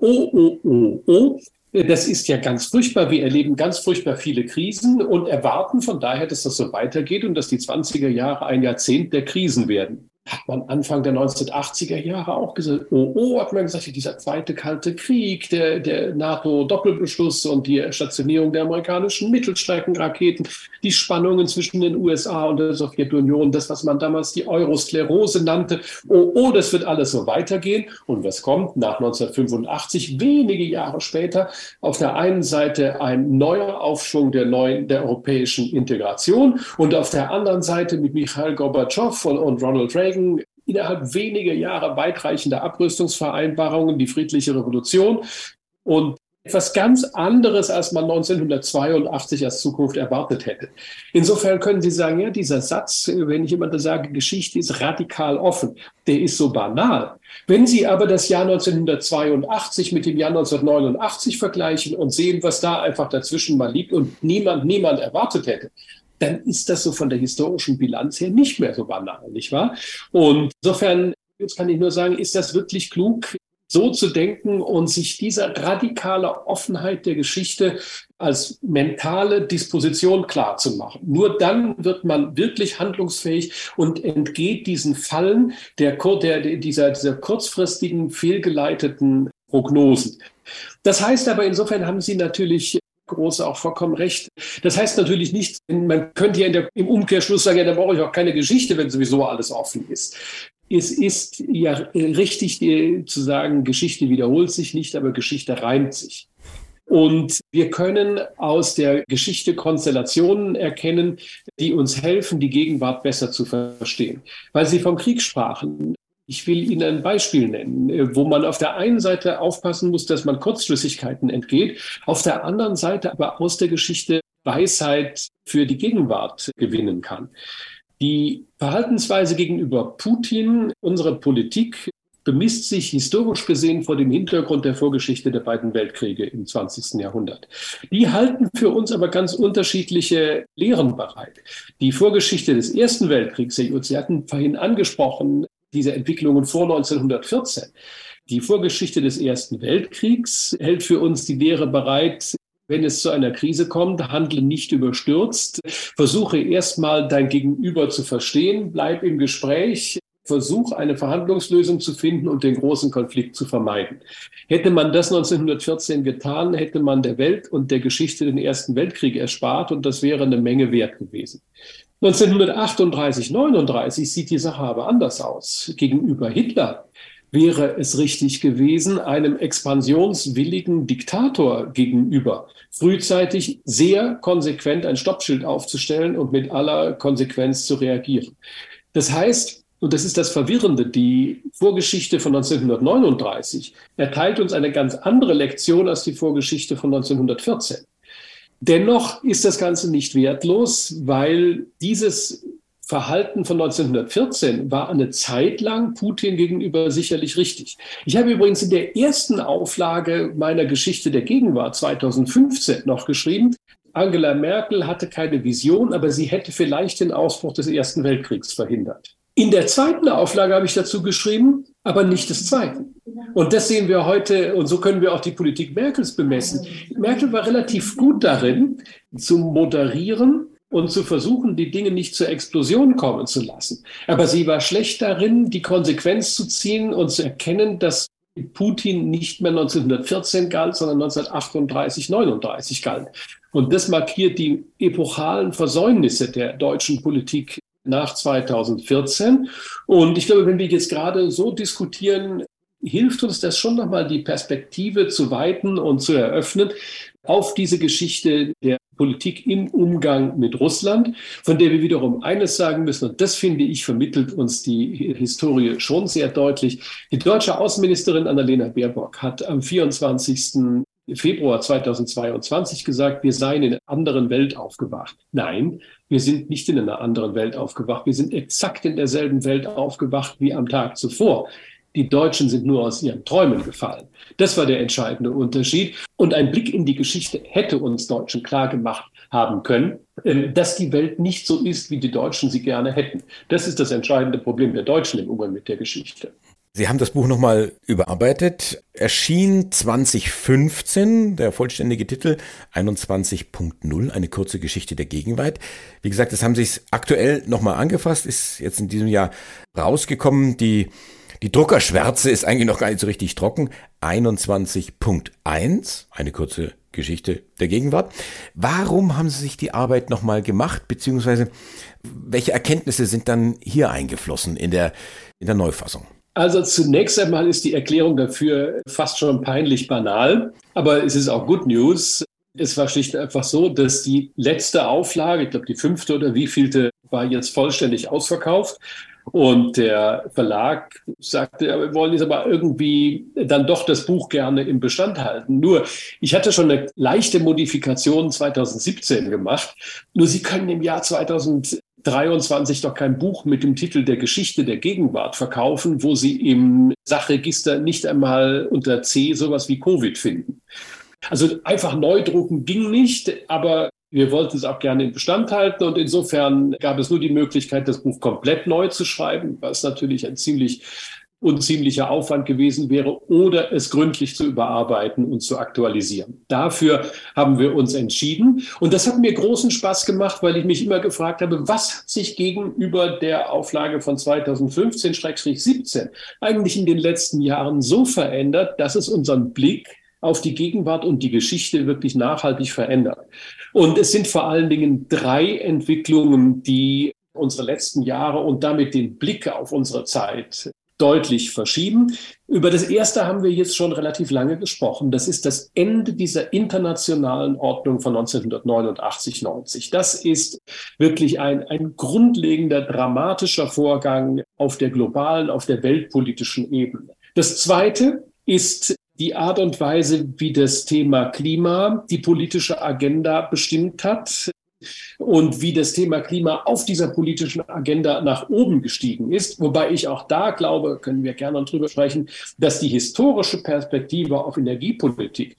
das ist ja ganz furchtbar. Wir erleben ganz furchtbar viele Krisen und erwarten von daher, dass das so weitergeht und dass die 20er Jahre ein Jahrzehnt der Krisen werden. Hat man Anfang der 1980er Jahre auch gesagt, hat man gesagt, dieser zweite Kalte Krieg, der NATO-Doppelbeschluss und die Stationierung der amerikanischen Mittelstreckenraketen, die Spannungen zwischen den USA und der Sowjetunion, das, was man damals die Eurosklerose nannte, das wird alles so weitergehen. Und was kommt nach 1985, wenige Jahre später, auf der einen Seite ein neuer Aufschwung der europäischen Integration und auf der anderen Seite mit Michail Gorbatschow und Ronald Reagan innerhalb weniger Jahre weitreichende Abrüstungsvereinbarungen, die friedliche Revolution und etwas ganz anderes, als man 1982 als Zukunft erwartet hätte. Insofern können Sie sagen, ja, dieser Satz, wenn ich jemandem sage, Geschichte ist radikal offen, der ist so banal. Wenn Sie aber das Jahr 1982 mit dem Jahr 1989 vergleichen und sehen, was da einfach dazwischen mal liegt und niemand erwartet hätte, dann ist das so von der historischen Bilanz her nicht mehr so banal, nicht wahr? Und insofern, jetzt kann ich nur sagen, ist das wirklich klug, so zu denken und sich dieser radikale Offenheit der Geschichte als mentale Disposition klarzumachen. Nur dann wird man wirklich handlungsfähig und entgeht diesen Fallen dieser kurzfristigen, fehlgeleiteten Prognosen. Das heißt aber, insofern haben Sie natürlich Große auch vollkommen recht. Das heißt natürlich nicht, man könnte ja im Umkehrschluss sagen, ja, da brauche ich auch keine Geschichte, wenn sowieso alles offen ist. Es ist ja richtig zu sagen, Geschichte wiederholt sich nicht, aber Geschichte reimt sich. Und wir können aus der Geschichte Konstellationen erkennen, die uns helfen, die Gegenwart besser zu verstehen. Weil Sie vom Krieg sprachen. Ich will Ihnen ein Beispiel nennen, wo man auf der einen Seite aufpassen muss, dass man Kurzschlüssigkeiten entgeht, auf der anderen Seite aber aus der Geschichte Weisheit für die Gegenwart gewinnen kann. Die Verhaltensweise gegenüber Putin, unsere Politik, bemisst sich historisch gesehen vor dem Hintergrund der Vorgeschichte der beiden Weltkriege im 20. Jahrhundert. Die halten für uns aber ganz unterschiedliche Lehren bereit. Die Vorgeschichte des Ersten Weltkriegs, Sie hatten vorhin angesprochen, diese Entwicklungen vor 1914. Die Vorgeschichte des Ersten Weltkriegs hält für uns die Lehre bereit, wenn es zu einer Krise kommt, handle nicht überstürzt, versuche erstmal dein Gegenüber zu verstehen, bleib im Gespräch, versuch eine Verhandlungslösung zu finden und den großen Konflikt zu vermeiden. Hätte man das 1914 getan, hätte man der Welt und der Geschichte den Ersten Weltkrieg erspart und das wäre eine Menge wert gewesen. 1938, 39 sieht die Sache aber anders aus. Gegenüber Hitler wäre es richtig gewesen, einem expansionswilligen Diktator gegenüber frühzeitig sehr konsequent ein Stoppschild aufzustellen und mit aller Konsequenz zu reagieren. Das heißt, und das ist das Verwirrende, die Vorgeschichte von 1939 erteilt uns eine ganz andere Lektion als die Vorgeschichte von 1914. Dennoch ist das Ganze nicht wertlos, weil dieses Verhalten von 1914 war eine Zeit lang Putin gegenüber sicherlich richtig. Ich habe übrigens in der ersten Auflage meiner Geschichte der Gegenwart 2015 noch geschrieben, Angela Merkel hatte keine Vision, aber sie hätte vielleicht den Ausbruch des Ersten Weltkriegs verhindert. In der zweiten Auflage habe ich dazu geschrieben, aber nicht des Zweiten. Und das sehen wir heute, und so können wir auch die Politik Merkels bemessen. Merkel war relativ gut darin, zu moderieren und zu versuchen, die Dinge nicht zur Explosion kommen zu lassen. Aber sie war schlecht darin, die Konsequenz zu ziehen und zu erkennen, dass Putin nicht mehr 1914 galt, sondern 1938, 39 galt. Und das markiert die epochalen Versäumnisse der deutschen Politik nach 2014. Und ich glaube, wenn wir jetzt gerade so diskutieren, hilft uns das schon nochmal, die Perspektive zu weiten und zu eröffnen auf diese Geschichte der Politik im Umgang mit Russland, von der wir wiederum eines sagen müssen, und das finde ich, vermittelt uns die Historie schon sehr deutlich. Die deutsche Außenministerin Annalena Baerbock hat am 24. Februar 2022 gesagt, wir seien in einer anderen Welt aufgewacht. Nein, wir sind nicht in einer anderen Welt aufgewacht. Wir sind exakt in derselben Welt aufgewacht wie am Tag zuvor. Die Deutschen sind nur aus ihren Träumen gefallen. Das war der entscheidende Unterschied. Und ein Blick in die Geschichte hätte uns Deutschen klargemacht haben können, dass die Welt nicht so ist, wie die Deutschen sie gerne hätten. Das ist das entscheidende Problem der Deutschen im Umgang mit der Geschichte. Sie haben das Buch nochmal überarbeitet, erschien 2015, der vollständige Titel 21.0, eine kurze Geschichte der Gegenwart. Wie gesagt, das haben Sie aktuell nochmal angefasst, ist jetzt in diesem Jahr rausgekommen. Die Druckerschwärze ist eigentlich noch gar nicht so richtig trocken. 21.1, eine kurze Geschichte der Gegenwart. Warum haben Sie sich die Arbeit nochmal gemacht, beziehungsweise welche Erkenntnisse sind dann hier eingeflossen in der Neufassung? Also zunächst einmal ist die Erklärung dafür fast schon peinlich banal, aber es ist auch Good News. Es war schlicht und einfach so, dass die letzte Auflage, ich glaube die 5. oder wievielte, war jetzt vollständig ausverkauft. Und der Verlag sagte, ja, wir wollen jetzt aber irgendwie dann doch das Buch gerne im Bestand halten. Nur, ich hatte schon eine leichte Modifikation 2017 gemacht. Nur Sie können im Jahr 2023 doch kein Buch mit dem Titel der Geschichte der Gegenwart verkaufen, wo Sie im Sachregister nicht einmal unter C sowas wie Covid finden. Also einfach neu drucken ging nicht, aber wir wollten es auch gerne in Bestand halten und insofern gab es nur die Möglichkeit, das Buch komplett neu zu schreiben, was natürlich ein ziemlich unziemlicher Aufwand gewesen wäre, oder es gründlich zu überarbeiten und zu aktualisieren. Dafür haben wir uns entschieden und das hat mir großen Spaß gemacht, weil ich mich immer gefragt habe, was hat sich gegenüber der Auflage von 2015/17 eigentlich in den letzten Jahren so verändert, dass es unseren Blick auf die Gegenwart und die Geschichte wirklich nachhaltig verändert. Und es sind vor allen Dingen 3 Entwicklungen, die unsere letzten Jahre und damit den Blick auf unsere Zeit deutlich verschieben. Über das erste haben wir jetzt schon relativ lange gesprochen. Das ist das Ende dieser internationalen Ordnung von 1989/90. Das ist wirklich ein grundlegender, dramatischer Vorgang auf der globalen, auf der weltpolitischen Ebene. Das zweite ist die Art und Weise, wie das Thema Klima die politische Agenda bestimmt hat und wie das Thema Klima auf dieser politischen Agenda nach oben gestiegen ist. Wobei ich auch da glaube, können wir gerne drüber sprechen, dass die historische Perspektive auf Energiepolitik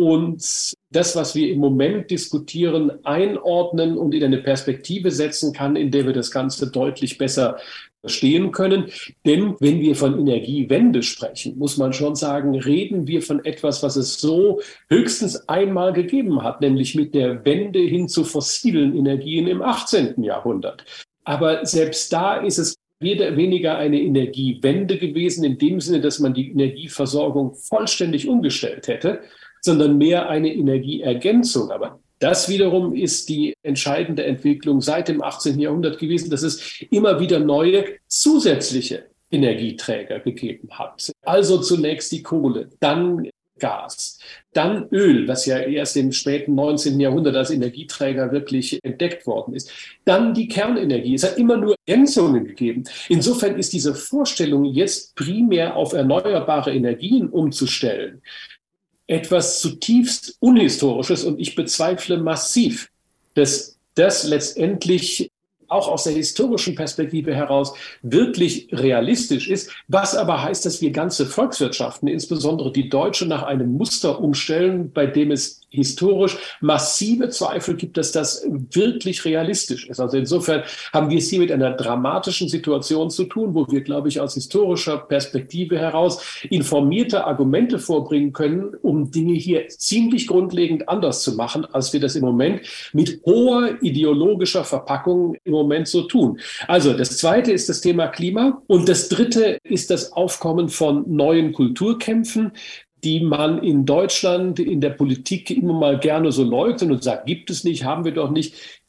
und das, was wir im Moment diskutieren, einordnen und in eine Perspektive setzen kann, in der wir das Ganze deutlich besser verstehen können. Denn wenn wir von Energiewende sprechen, muss man schon sagen, reden wir von etwas, was es so höchstens einmal gegeben hat, nämlich mit der Wende hin zu fossilen Energien im 18. Jahrhundert. Aber selbst da ist es weniger eine Energiewende gewesen, in dem Sinne, dass man die Energieversorgung vollständig umgestellt hätte, sondern mehr eine Energieergänzung. Aber das wiederum ist die entscheidende Entwicklung seit dem 18. Jahrhundert gewesen, dass es immer wieder neue zusätzliche Energieträger gegeben hat. Also zunächst die Kohle, dann Gas, dann Öl, was ja erst im späten 19. Jahrhundert als Energieträger wirklich entdeckt worden ist. Dann die Kernenergie. Es hat immer nur Ergänzungen gegeben. Insofern ist diese Vorstellung, jetzt primär auf erneuerbare Energien umzustellen, etwas zutiefst Unhistorisches und ich bezweifle massiv, dass das letztendlich auch aus der historischen Perspektive heraus wirklich realistisch ist, was aber heißt, dass wir ganze Volkswirtschaften, insbesondere die deutsche, nach einem Muster umstellen, bei dem es historisch massive Zweifel gibt, dass das wirklich realistisch ist. Also insofern haben wir es hier mit einer dramatischen Situation zu tun, wo wir, glaube ich, aus historischer Perspektive heraus informierte Argumente vorbringen können, um Dinge hier ziemlich grundlegend anders zu machen, als wir das im Moment mit hoher ideologischer Verpackung im Moment so tun. Also das zweite ist das Thema Klima und das dritte ist das Aufkommen von neuen Kulturkämpfen, die man in Deutschland, in der Politik immer mal gerne so leugnet und sagt, gibt es nicht, haben wir doch nicht.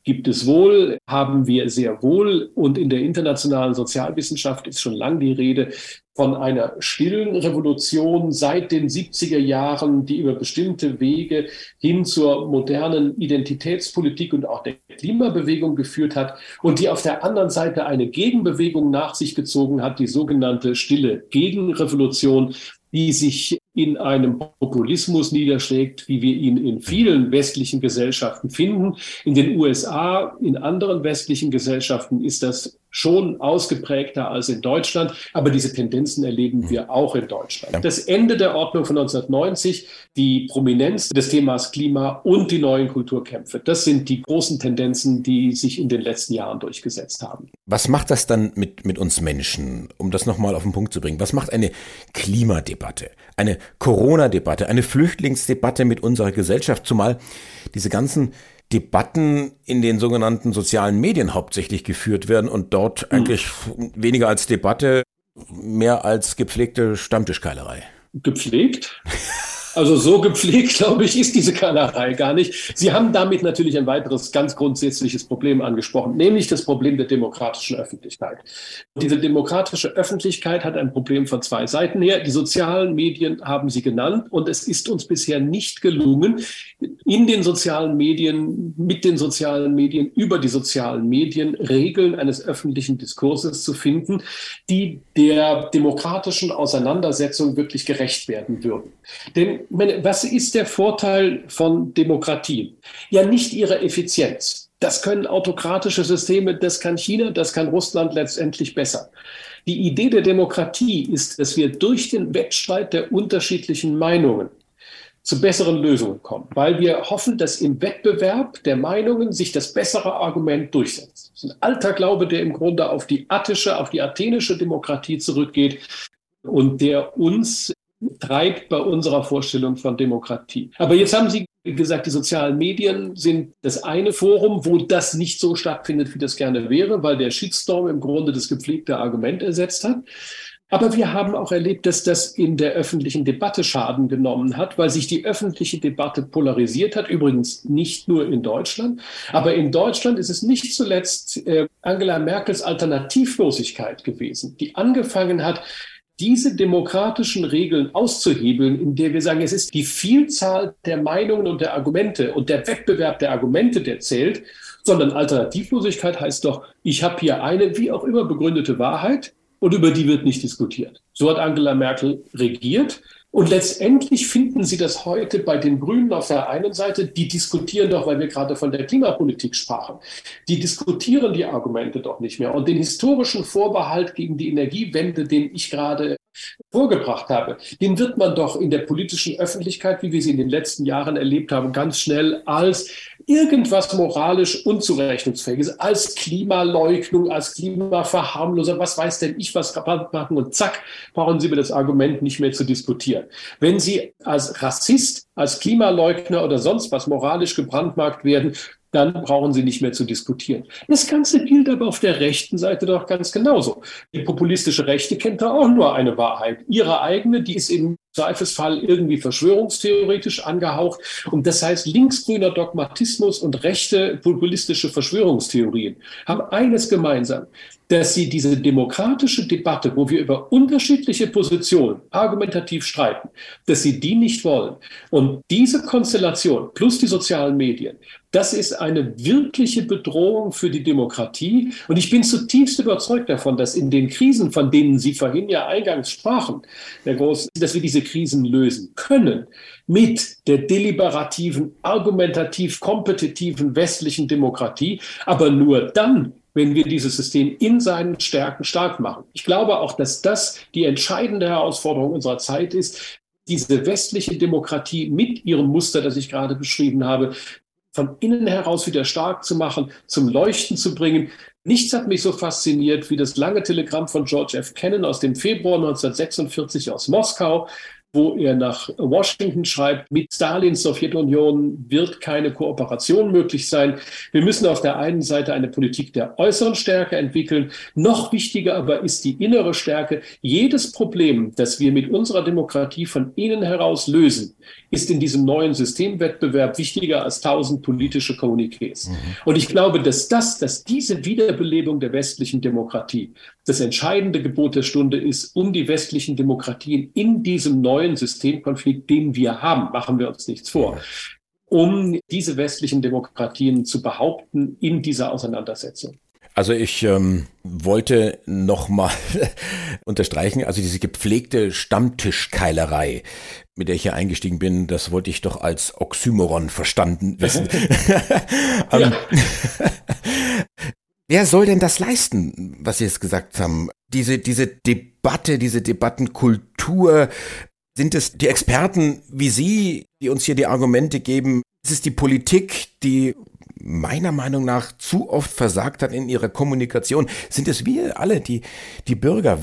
gibt es wohl, haben wir sehr wohl. Und in der internationalen Sozialwissenschaft ist schon lange die Rede von einer stillen Revolution seit den 70er Jahren, die über bestimmte Wege hin zur modernen Identitätspolitik und auch der Klimabewegung geführt hat und die auf der anderen Seite eine Gegenbewegung nach sich gezogen hat, die sogenannte stille Gegenrevolution, die sich in einem Populismus niederschlägt, wie wir ihn in vielen westlichen Gesellschaften finden. In den USA, in anderen westlichen Gesellschaften ist das schon ausgeprägter als in Deutschland, aber diese Tendenzen erleben wir auch in Deutschland. Das Ende der Ordnung von 1990, die Prominenz des Themas Klima und die neuen Kulturkämpfe, das sind die großen Tendenzen, die sich in den letzten Jahren durchgesetzt haben. Was macht das dann mit uns Menschen, um das nochmal auf den Punkt zu bringen? Was macht eine Klimadebatte, eine Corona-Debatte, eine Flüchtlingsdebatte mit unserer Gesellschaft, zumal diese ganzen Debatten in den sogenannten sozialen Medien hauptsächlich geführt werden und dort eigentlich weniger als Debatte, mehr als gepflegte Stammtischkeilerei. Gepflegt? Also so gepflegt, glaube ich, ist diese Keilerei gar nicht. Sie haben damit natürlich ein weiteres ganz grundsätzliches Problem angesprochen, nämlich das Problem der demokratischen Öffentlichkeit. Diese demokratische Öffentlichkeit hat ein Problem von zwei Seiten her. Die sozialen Medien haben Sie genannt und es ist uns bisher nicht gelungen, in den sozialen Medien, mit den sozialen Medien, über die sozialen Medien Regeln eines öffentlichen Diskurses zu finden, die der demokratischen Auseinandersetzung wirklich gerecht werden würden. Denn was ist der Vorteil von Demokratie? Ja, nicht ihre Effizienz. Das können autokratische Systeme, das kann China, das kann Russland letztendlich besser. Die Idee der Demokratie ist, dass wir durch den Wettstreit der unterschiedlichen Meinungen zu besseren Lösungen kommen, weil wir hoffen, dass im Wettbewerb der Meinungen sich das bessere Argument durchsetzt. Das ist ein alter Glaube, der im Grunde auf die athenische Demokratie zurückgeht und der uns treibt bei unserer Vorstellung von Demokratie. Aber jetzt haben Sie gesagt, die sozialen Medien sind das eine Forum, wo das nicht so stattfindet, wie das gerne wäre, weil der Shitstorm im Grunde das gepflegte Argument ersetzt hat. Aber wir haben auch erlebt, dass das in der öffentlichen Debatte Schaden genommen hat, weil sich die öffentliche Debatte polarisiert hat. Übrigens nicht nur in Deutschland. Aber in Deutschland ist es nicht zuletzt Angela Merkels Alternativlosigkeit gewesen, die angefangen hat, diese demokratischen Regeln auszuhebeln, in der wir sagen, es ist die Vielzahl der Meinungen und der Argumente und der Wettbewerb der Argumente, der zählt, sondern Alternativlosigkeit heißt doch, ich habe hier eine wie auch immer begründete Wahrheit und über die wird nicht diskutiert. So hat Angela Merkel regiert. Und letztendlich finden Sie das heute bei den Grünen auf der einen Seite, die diskutieren doch, weil wir gerade von der Klimapolitik sprachen, die diskutieren die Argumente doch nicht mehr. Und den historischen Vorbehalt gegen die Energiewende, den ich gerade vorgebracht habe, den wird man doch in der politischen Öffentlichkeit, wie wir sie in den letzten Jahren erlebt haben, ganz schnell als irgendwas moralisch Unzurechnungsfähiges, als Klimaleugnung, als Klimaverharmloser, was weiß denn ich, was machen und zack, brauchen Sie über das Argument nicht mehr zu diskutieren. Wenn Sie als Rassist, als Klimaleugner oder sonst was moralisch gebrandmarkt werden, dann brauchen Sie nicht mehr zu diskutieren. Das Ganze gilt aber auf der rechten Seite doch ganz genauso. Die populistische Rechte kennt da auch nur eine Wahrheit. Ihre eigene, die ist im Zweifelsfall irgendwie verschwörungstheoretisch angehaucht. Und das heißt, linksgrüner Dogmatismus und rechte populistische Verschwörungstheorien haben eines gemeinsam, dass sie diese demokratische Debatte, wo wir über unterschiedliche Positionen argumentativ streiten, dass sie die nicht wollen. Und diese Konstellation plus die sozialen Medien, das ist eine wirkliche Bedrohung für die Demokratie. Und ich bin zutiefst überzeugt davon, dass in den Krisen, von denen Sie vorhin ja eingangs sprachen, Herr Groß, dass wir diese Krisen lösen können mit der deliberativen, argumentativ-kompetitiven westlichen Demokratie, aber nur dann, wenn wir dieses System in seinen Stärken stark machen. Ich glaube auch, dass das die entscheidende Herausforderung unserer Zeit ist, diese westliche Demokratie mit ihrem Muster, das ich gerade beschrieben habe, von innen heraus wieder stark zu machen, zum Leuchten zu bringen. Nichts hat mich so fasziniert wie das lange Telegramm von George F. Kennan aus dem Februar 1946 aus Moskau, wo er nach Washington schreibt, mit Stalins Sowjetunion wird keine Kooperation möglich sein. Wir müssen auf der einen Seite eine Politik der äußeren Stärke entwickeln. Noch wichtiger aber ist die innere Stärke. Jedes Problem, das wir mit unserer Demokratie von innen heraus lösen, ist in diesem neuen Systemwettbewerb wichtiger als 1000 politische Kommuniqués. Und ich glaube, dass diese Wiederbelebung der westlichen Demokratie das entscheidende Gebot der Stunde ist, um die westlichen Demokratien in diesem neuen Systemkonflikt, den wir haben, machen wir uns nichts vor, um diese westlichen Demokratien zu behaupten in dieser Auseinandersetzung. Also ich wollte nochmal unterstreichen, also diese gepflegte Stammtischkeilerei, mit der ich hier eingestiegen bin, das wollte ich doch als Oxymoron verstanden wissen. Ja. Wer soll denn das leisten, was Sie jetzt gesagt haben? Diese Debatte, diese Debattenkultur, sind es die Experten wie Sie, die uns hier die Argumente geben? Ist es die Politik, die meiner Meinung nach zu oft versagt hat in ihrer Kommunikation? Sind es wir alle, die Bürger?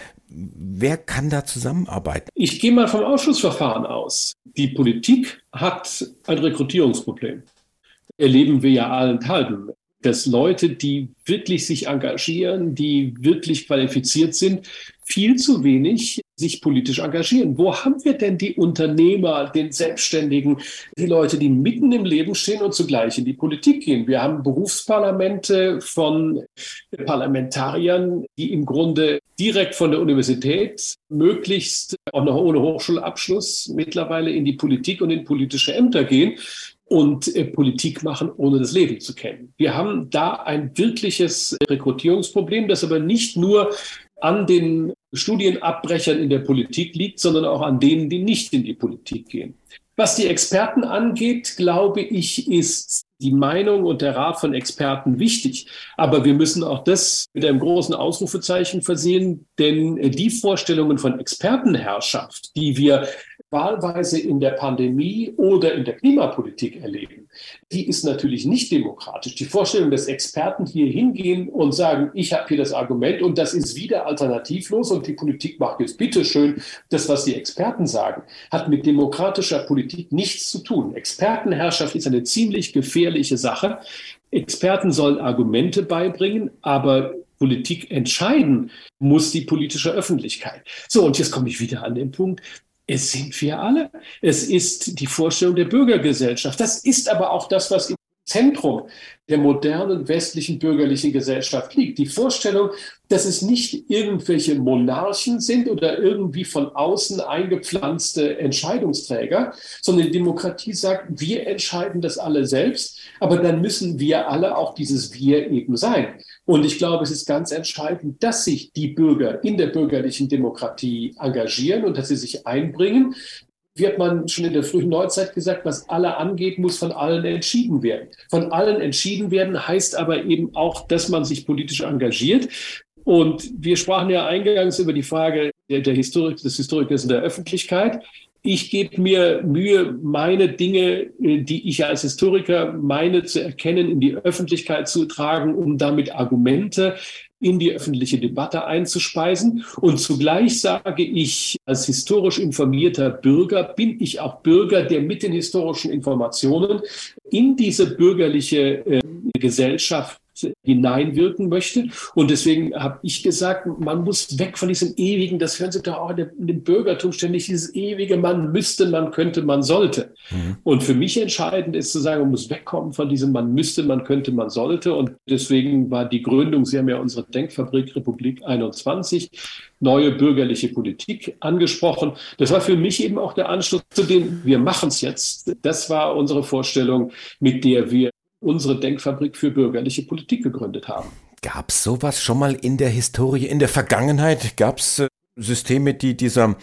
Wer kann da zusammenarbeiten? Ich gehe mal vom Ausschussverfahren aus. Die Politik hat ein Rekrutierungsproblem. Erleben wir ja allenthalben, dass Leute, die wirklich sich engagieren, die wirklich qualifiziert sind, viel zu wenig sich politisch engagieren. Wo haben wir denn die Unternehmer, den Selbstständigen, die Leute, die mitten im Leben stehen und zugleich in die Politik gehen? Wir haben Berufsparlamente von Parlamentariern, die im Grunde direkt von der Universität, möglichst auch noch ohne Hochschulabschluss, mittlerweile in die Politik und in politische Ämter gehen und Politik machen, ohne das Leben zu kennen. Wir haben da ein wirkliches Rekrutierungsproblem, das aber nicht nur an den Studienabbrechern in der Politik liegt, sondern auch an denen, die nicht in die Politik gehen. Was die Experten angeht, glaube ich, ist die Meinung und der Rat von Experten wichtig. Aber wir müssen auch das mit einem großen Ausrufezeichen versehen, denn die Vorstellungen von Expertenherrschaft, die wir wahlweise in der Pandemie oder in der Klimapolitik erleben, die ist natürlich nicht demokratisch. Die Vorstellung, dass Experten hier hingehen und sagen, ich habe hier das Argument und das ist wieder alternativlos und die Politik macht jetzt bitteschön das, was die Experten sagen, hat mit demokratischer Politik nichts zu tun. Expertenherrschaft ist eine ziemlich gefährliche Sache. Experten sollen Argumente beibringen, aber Politik entscheiden muss die politische Öffentlichkeit. So, und jetzt komme ich wieder an den Punkt. Es sind wir alle. Es ist die Vorstellung der Bürgergesellschaft. Das ist aber auch das, was im Zentrum der modernen westlichen bürgerlichen Gesellschaft liegt. Die Vorstellung, dass es nicht irgendwelche Monarchen sind oder irgendwie von außen eingepflanzte Entscheidungsträger, sondern die Demokratie sagt, wir entscheiden das alle selbst, aber dann müssen wir alle auch dieses Wir eben sein. Und ich glaube, es ist ganz entscheidend, dass sich die Bürger in der bürgerlichen Demokratie engagieren und dass sie sich einbringen. Wie hat man schon in der frühen Neuzeit gesagt, was alle angeht, muss von allen entschieden werden. Von allen entschieden werden heißt aber eben auch, dass man sich politisch engagiert. Und wir sprachen ja eingangs über die Frage des Historikers in der Öffentlichkeit. Ich gebe mir Mühe, meine Dinge, die ich als Historiker meine zu erkennen, in die Öffentlichkeit zu tragen, um damit Argumente in die öffentliche Debatte einzuspeisen. Und zugleich sage ich, als historisch informierter Bürger bin ich auch Bürger, der mit den historischen Informationen in diese bürgerliche Gesellschaft hineinwirken möchte. Und deswegen habe ich gesagt, man muss weg von diesem ewigen, das hören Sie doch auch in dem Bürgertum ständig, dieses ewige, man müsste, man könnte, man sollte. Und für mich entscheidend ist zu sagen, man muss wegkommen von diesem man müsste, man könnte, man sollte. Und deswegen war die Gründung, Sie haben ja unsere Denkfabrik Republik 21, neue bürgerliche Politik angesprochen. Das war für mich eben auch der Anschluss zu dem, wir machen es jetzt. Das war unsere Vorstellung, mit der wir unsere Denkfabrik für bürgerliche Politik gegründet haben. Gab es sowas schon mal in der Historie, in der Vergangenheit? Gab es Systeme, die dieser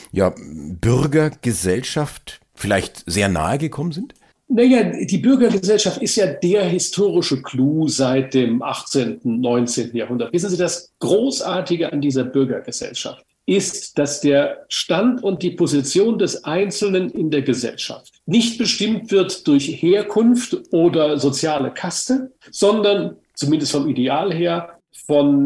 Bürgergesellschaft vielleicht sehr nahe gekommen sind? Naja, die Bürgergesellschaft ist ja der historische Clou seit dem 18., 19. Jahrhundert. Wissen Sie, das Großartige an dieser Bürgergesellschaft ist, dass der Stand und die Position des Einzelnen in der Gesellschaft nicht bestimmt wird durch Herkunft oder soziale Kaste, sondern, zumindest vom Ideal her, von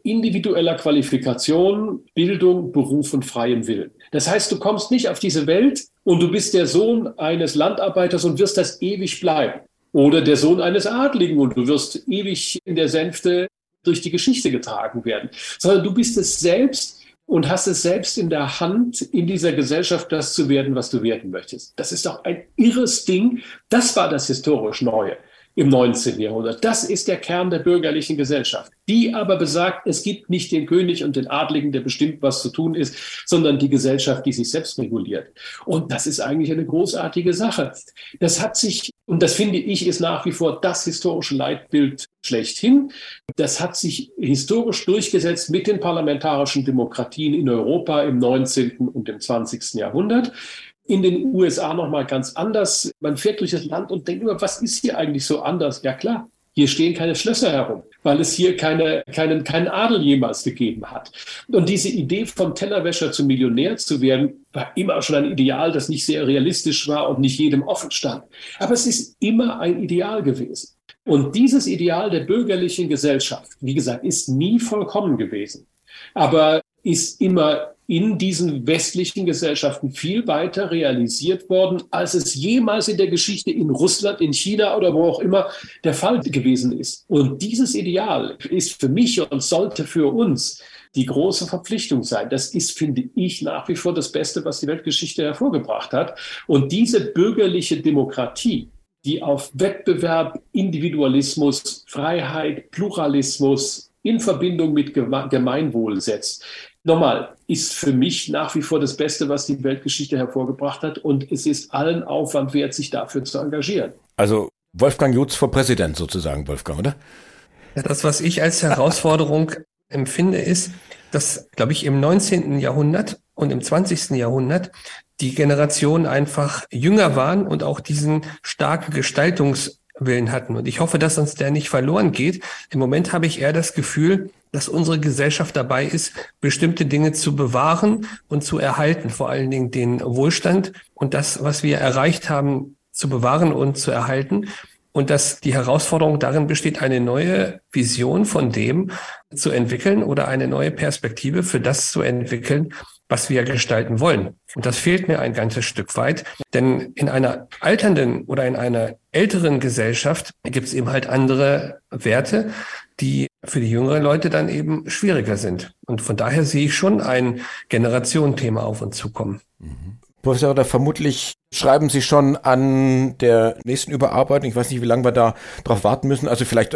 individueller Qualifikation, Bildung, Beruf und freiem Willen. Das heißt, du kommst nicht auf diese Welt und du bist der Sohn eines Landarbeiters und wirst das ewig bleiben. Oder der Sohn eines Adligen und du wirst ewig in der Sänfte durch die Geschichte getragen werden. Sondern du bist es selbst und hast es selbst in der Hand, in dieser Gesellschaft das zu werden, was du werden möchtest. Das ist doch ein irres Ding. Das war das historisch Neue im 19. Jahrhundert. Das ist der Kern der bürgerlichen Gesellschaft, die aber besagt, es gibt nicht den König und den Adligen, der bestimmt, was zu tun ist, sondern die Gesellschaft, die sich selbst reguliert. Und das ist eigentlich eine großartige Sache. Das hat sich, und das finde ich, ist nach wie vor das historische Leitbild schlechthin. Das hat sich historisch durchgesetzt mit den parlamentarischen Demokratien in Europa im 19. und im 20. Jahrhundert. In den USA nochmal ganz anders. Man fährt durch das Land und denkt immer, was ist hier eigentlich so anders? Ja klar, hier stehen keine Schlösser herum, weil es hier keinen Adel jemals gegeben hat. Und diese Idee, vom Tellerwäscher zum Millionär zu werden, war immer schon ein Ideal, das nicht sehr realistisch war und nicht jedem offen stand. Aber es ist immer ein Ideal gewesen. Und dieses Ideal der bürgerlichen Gesellschaft, wie gesagt, ist nie vollkommen gewesen, aber ist immer in diesen westlichen Gesellschaften viel weiter realisiert worden, als es jemals in der Geschichte in Russland, in China oder wo auch immer der Fall gewesen ist. Und dieses Ideal ist für mich und sollte für uns die große Verpflichtung sein. Das ist, finde ich, nach wie vor das Beste, was die Weltgeschichte hervorgebracht hat. Und diese bürgerliche Demokratie, die auf Wettbewerb, Individualismus, Freiheit, Pluralismus in Verbindung mit Gemeinwohl setzt, nochmal, ist für mich nach wie vor das Beste, was die Weltgeschichte hervorgebracht hat. Und es ist allen Aufwand wert, sich dafür zu engagieren. Also Wolfgang Jutz vor Präsident sozusagen, Wolfgang, oder? Ja, das, was ich als Herausforderung empfinde, ist, dass, glaube ich, im 19. Jahrhundert und im 20. Jahrhundert die Generationen einfach jünger waren und auch diesen starken Gestaltungswillen hatten. Und ich hoffe, dass uns der nicht verloren geht. Im Moment habe ich eher das Gefühl, dass unsere Gesellschaft dabei ist, bestimmte Dinge zu bewahren und zu erhalten, vor allen Dingen den Wohlstand und das, was wir erreicht haben, zu bewahren und zu erhalten. Und dass die Herausforderung darin besteht, eine neue Vision von dem zu entwickeln oder eine neue Perspektive für das zu entwickeln, was wir gestalten wollen. Und das fehlt mir ein ganzes Stück weit, denn in einer alternden oder in einer älteren Gesellschaft gibt es eben halt andere Werte, die für die jüngeren Leute dann eben schwieriger sind. Und von daher sehe ich schon ein Generationenthema auf uns zukommen. Professor, da vermutlich schreiben Sie schon an der nächsten Überarbeitung. Ich weiß nicht, wie lange wir da drauf warten müssen. Also vielleicht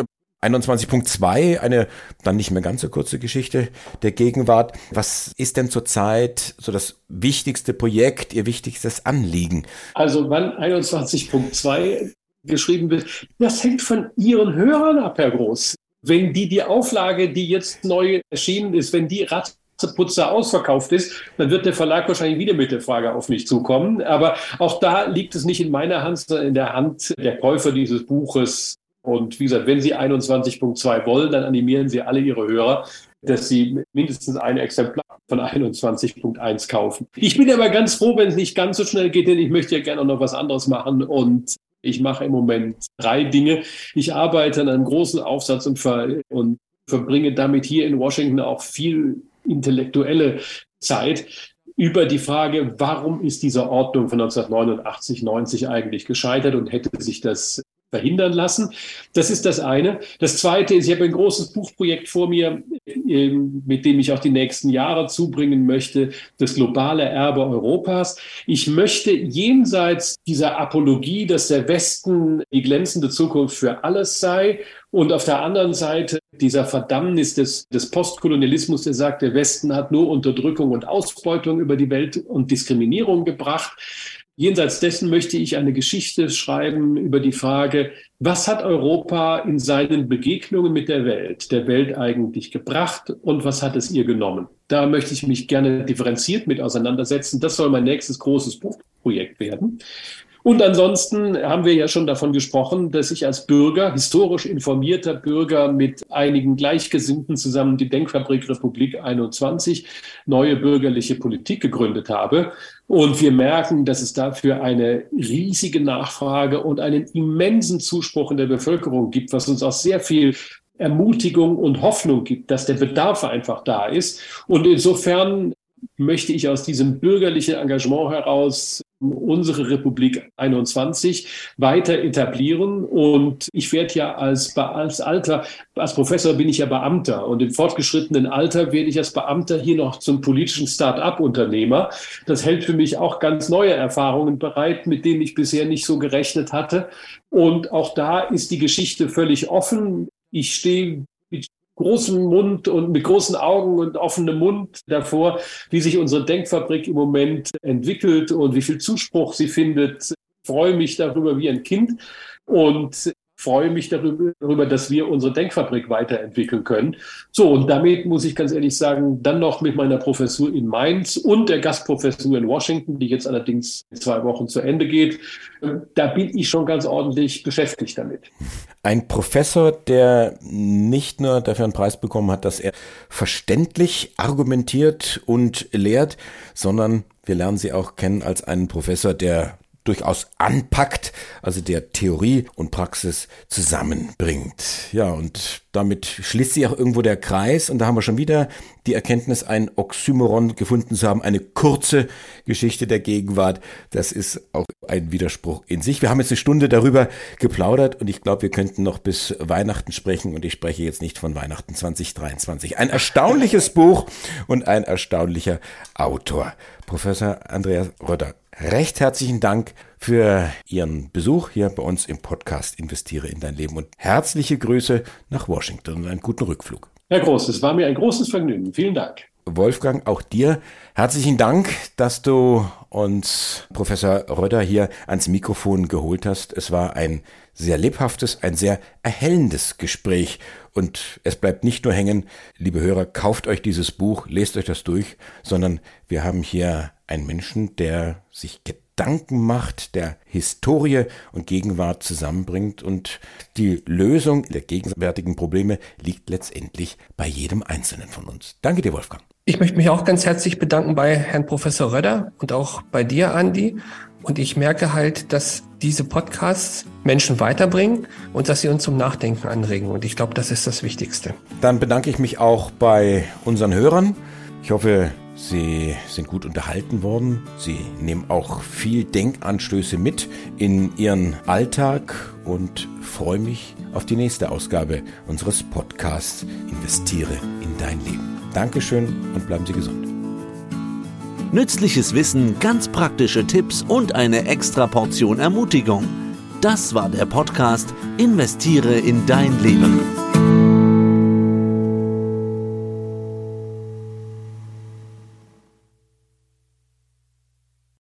21.2, eine dann nicht mehr ganz so kurze Geschichte der Gegenwart. Was ist denn zurzeit so das wichtigste Projekt, Ihr wichtigstes Anliegen? Also wann 21.2 geschrieben wird, das hängt von Ihren Hörern ab, Herr Groß. Wenn die Auflage, die jetzt neu erschienen ist, wenn die Ratzeputzer ausverkauft ist, dann wird der Verlag wahrscheinlich wieder mit der Frage auf mich zukommen. Aber auch da liegt es nicht in meiner Hand, sondern in der Hand der Käufer dieses Buches. Und wie gesagt, wenn Sie 21.2 wollen, dann animieren Sie alle Ihre Hörer, dass Sie mindestens ein Exemplar von 21.1 kaufen. Ich bin aber ganz froh, wenn es nicht ganz so schnell geht, denn ich möchte ja gerne auch noch was anderes machen. Und ich mache im Moment 3 Dinge. Ich arbeite an einem großen Aufsatz und verbringe damit hier in Washington auch viel intellektuelle Zeit über die Frage, warum ist diese Ordnung von 1989, 90 eigentlich gescheitert und hätte sich das verhindern lassen. Das ist das eine. Das zweite ist, ich habe ein großes Buchprojekt vor mir, mit dem ich auch die nächsten Jahre zubringen möchte, das globale Erbe Europas. Ich möchte jenseits dieser Apologie, dass der Westen die glänzende Zukunft für alles sei und auf der anderen Seite dieser Verdammnis des Postkolonialismus, der sagt, der Westen hat nur Unterdrückung und Ausbeutung über die Welt und Diskriminierung gebracht. Jenseits dessen möchte ich eine Geschichte schreiben über die Frage, was hat Europa in seinen Begegnungen mit der Welt eigentlich gebracht und was hat es ihr genommen? Da möchte ich mich gerne differenziert mit auseinandersetzen. Das soll mein nächstes großes Buchprojekt werden. Und ansonsten haben wir ja schon davon gesprochen, dass ich als Bürger, historisch informierter Bürger mit einigen Gleichgesinnten zusammen die Denkfabrik Republik 21, neue bürgerliche Politik gegründet habe. Und wir merken, dass es dafür eine riesige Nachfrage und einen immensen Zuspruch in der Bevölkerung gibt, was uns auch sehr viel Ermutigung und Hoffnung gibt, dass der Bedarf einfach da ist. Und insofern möchte ich aus diesem bürgerlichen Engagement heraus unsere Republik 21 weiter etablieren. Und ich werde ja als Professor bin ich ja Beamter. Und im fortgeschrittenen Alter werde ich als Beamter hier noch zum politischen Start-up-Unternehmer. Das hält für mich auch ganz neue Erfahrungen bereit, mit denen ich bisher nicht so gerechnet hatte. Und auch da ist die Geschichte völlig offen. Ich stehe mit großem Mund und mit großen Augen und offenem Mund davor, wie sich unsere Denkfabrik im Moment entwickelt und wie viel Zuspruch sie findet. Ich freue mich darüber wie ein Kind und freue mich darüber, dass wir unsere Denkfabrik weiterentwickeln können. So, und damit muss ich ganz ehrlich sagen, dann noch mit meiner Professur in Mainz und der Gastprofessur in Washington, die jetzt allerdings in 2 Wochen zu Ende geht, da bin ich schon ganz ordentlich beschäftigt damit. Ein Professor, der nicht nur dafür einen Preis bekommen hat, dass er verständlich argumentiert und lehrt, sondern wir lernen Sie auch kennen als einen Professor, der durchaus anpackt, also der Theorie und Praxis zusammenbringt. Ja, und damit schließt sich auch irgendwo der Kreis und da haben wir schon wieder die Erkenntnis, ein Oxymoron gefunden zu haben, eine kurze Geschichte der Gegenwart. Das ist auch ein Widerspruch in sich. Wir haben jetzt eine Stunde darüber geplaudert und ich glaube, wir könnten noch bis Weihnachten sprechen und ich spreche jetzt nicht von Weihnachten 2023. Ein erstaunliches Buch und ein erstaunlicher Autor. Professor Andreas Röder, recht herzlichen Dank für Ihren Besuch hier bei uns im Podcast Investiere in dein Leben und herzliche Grüße nach Washington und einen guten Rückflug. Herr Groß, es war mir ein großes Vergnügen. Vielen Dank. Wolfgang, auch dir herzlichen Dank, dass du uns Professor Röder hier ans Mikrofon geholt hast. Es war ein sehr lebhaftes, ein sehr erhellendes Gespräch und es bleibt nicht nur hängen, liebe Hörer, kauft euch dieses Buch, lest euch das durch, sondern wir haben hier einen Menschen, der sich Gedanken macht, der Historie und Gegenwart zusammenbringt und die Lösung der gegenwärtigen Probleme liegt letztendlich bei jedem Einzelnen von uns. Danke dir, Wolfgang. Ich möchte mich auch ganz herzlich bedanken bei Herrn Professor Röder und auch bei dir, Andi. Und ich merke halt, dass diese Podcasts Menschen weiterbringen und dass sie uns zum Nachdenken anregen. Und ich glaube, das ist das Wichtigste. Dann bedanke ich mich auch bei unseren Hörern. Ich hoffe, Sie sind gut unterhalten worden. Sie nehmen auch viel Denkanstöße mit in Ihren Alltag und freue mich auf die nächste Ausgabe unseres Podcasts Investiere in dein Leben. Dankeschön und bleiben Sie gesund. Nützliches Wissen, ganz praktische Tipps und eine extra Portion Ermutigung. Das war der Podcast Investiere in dein Leben.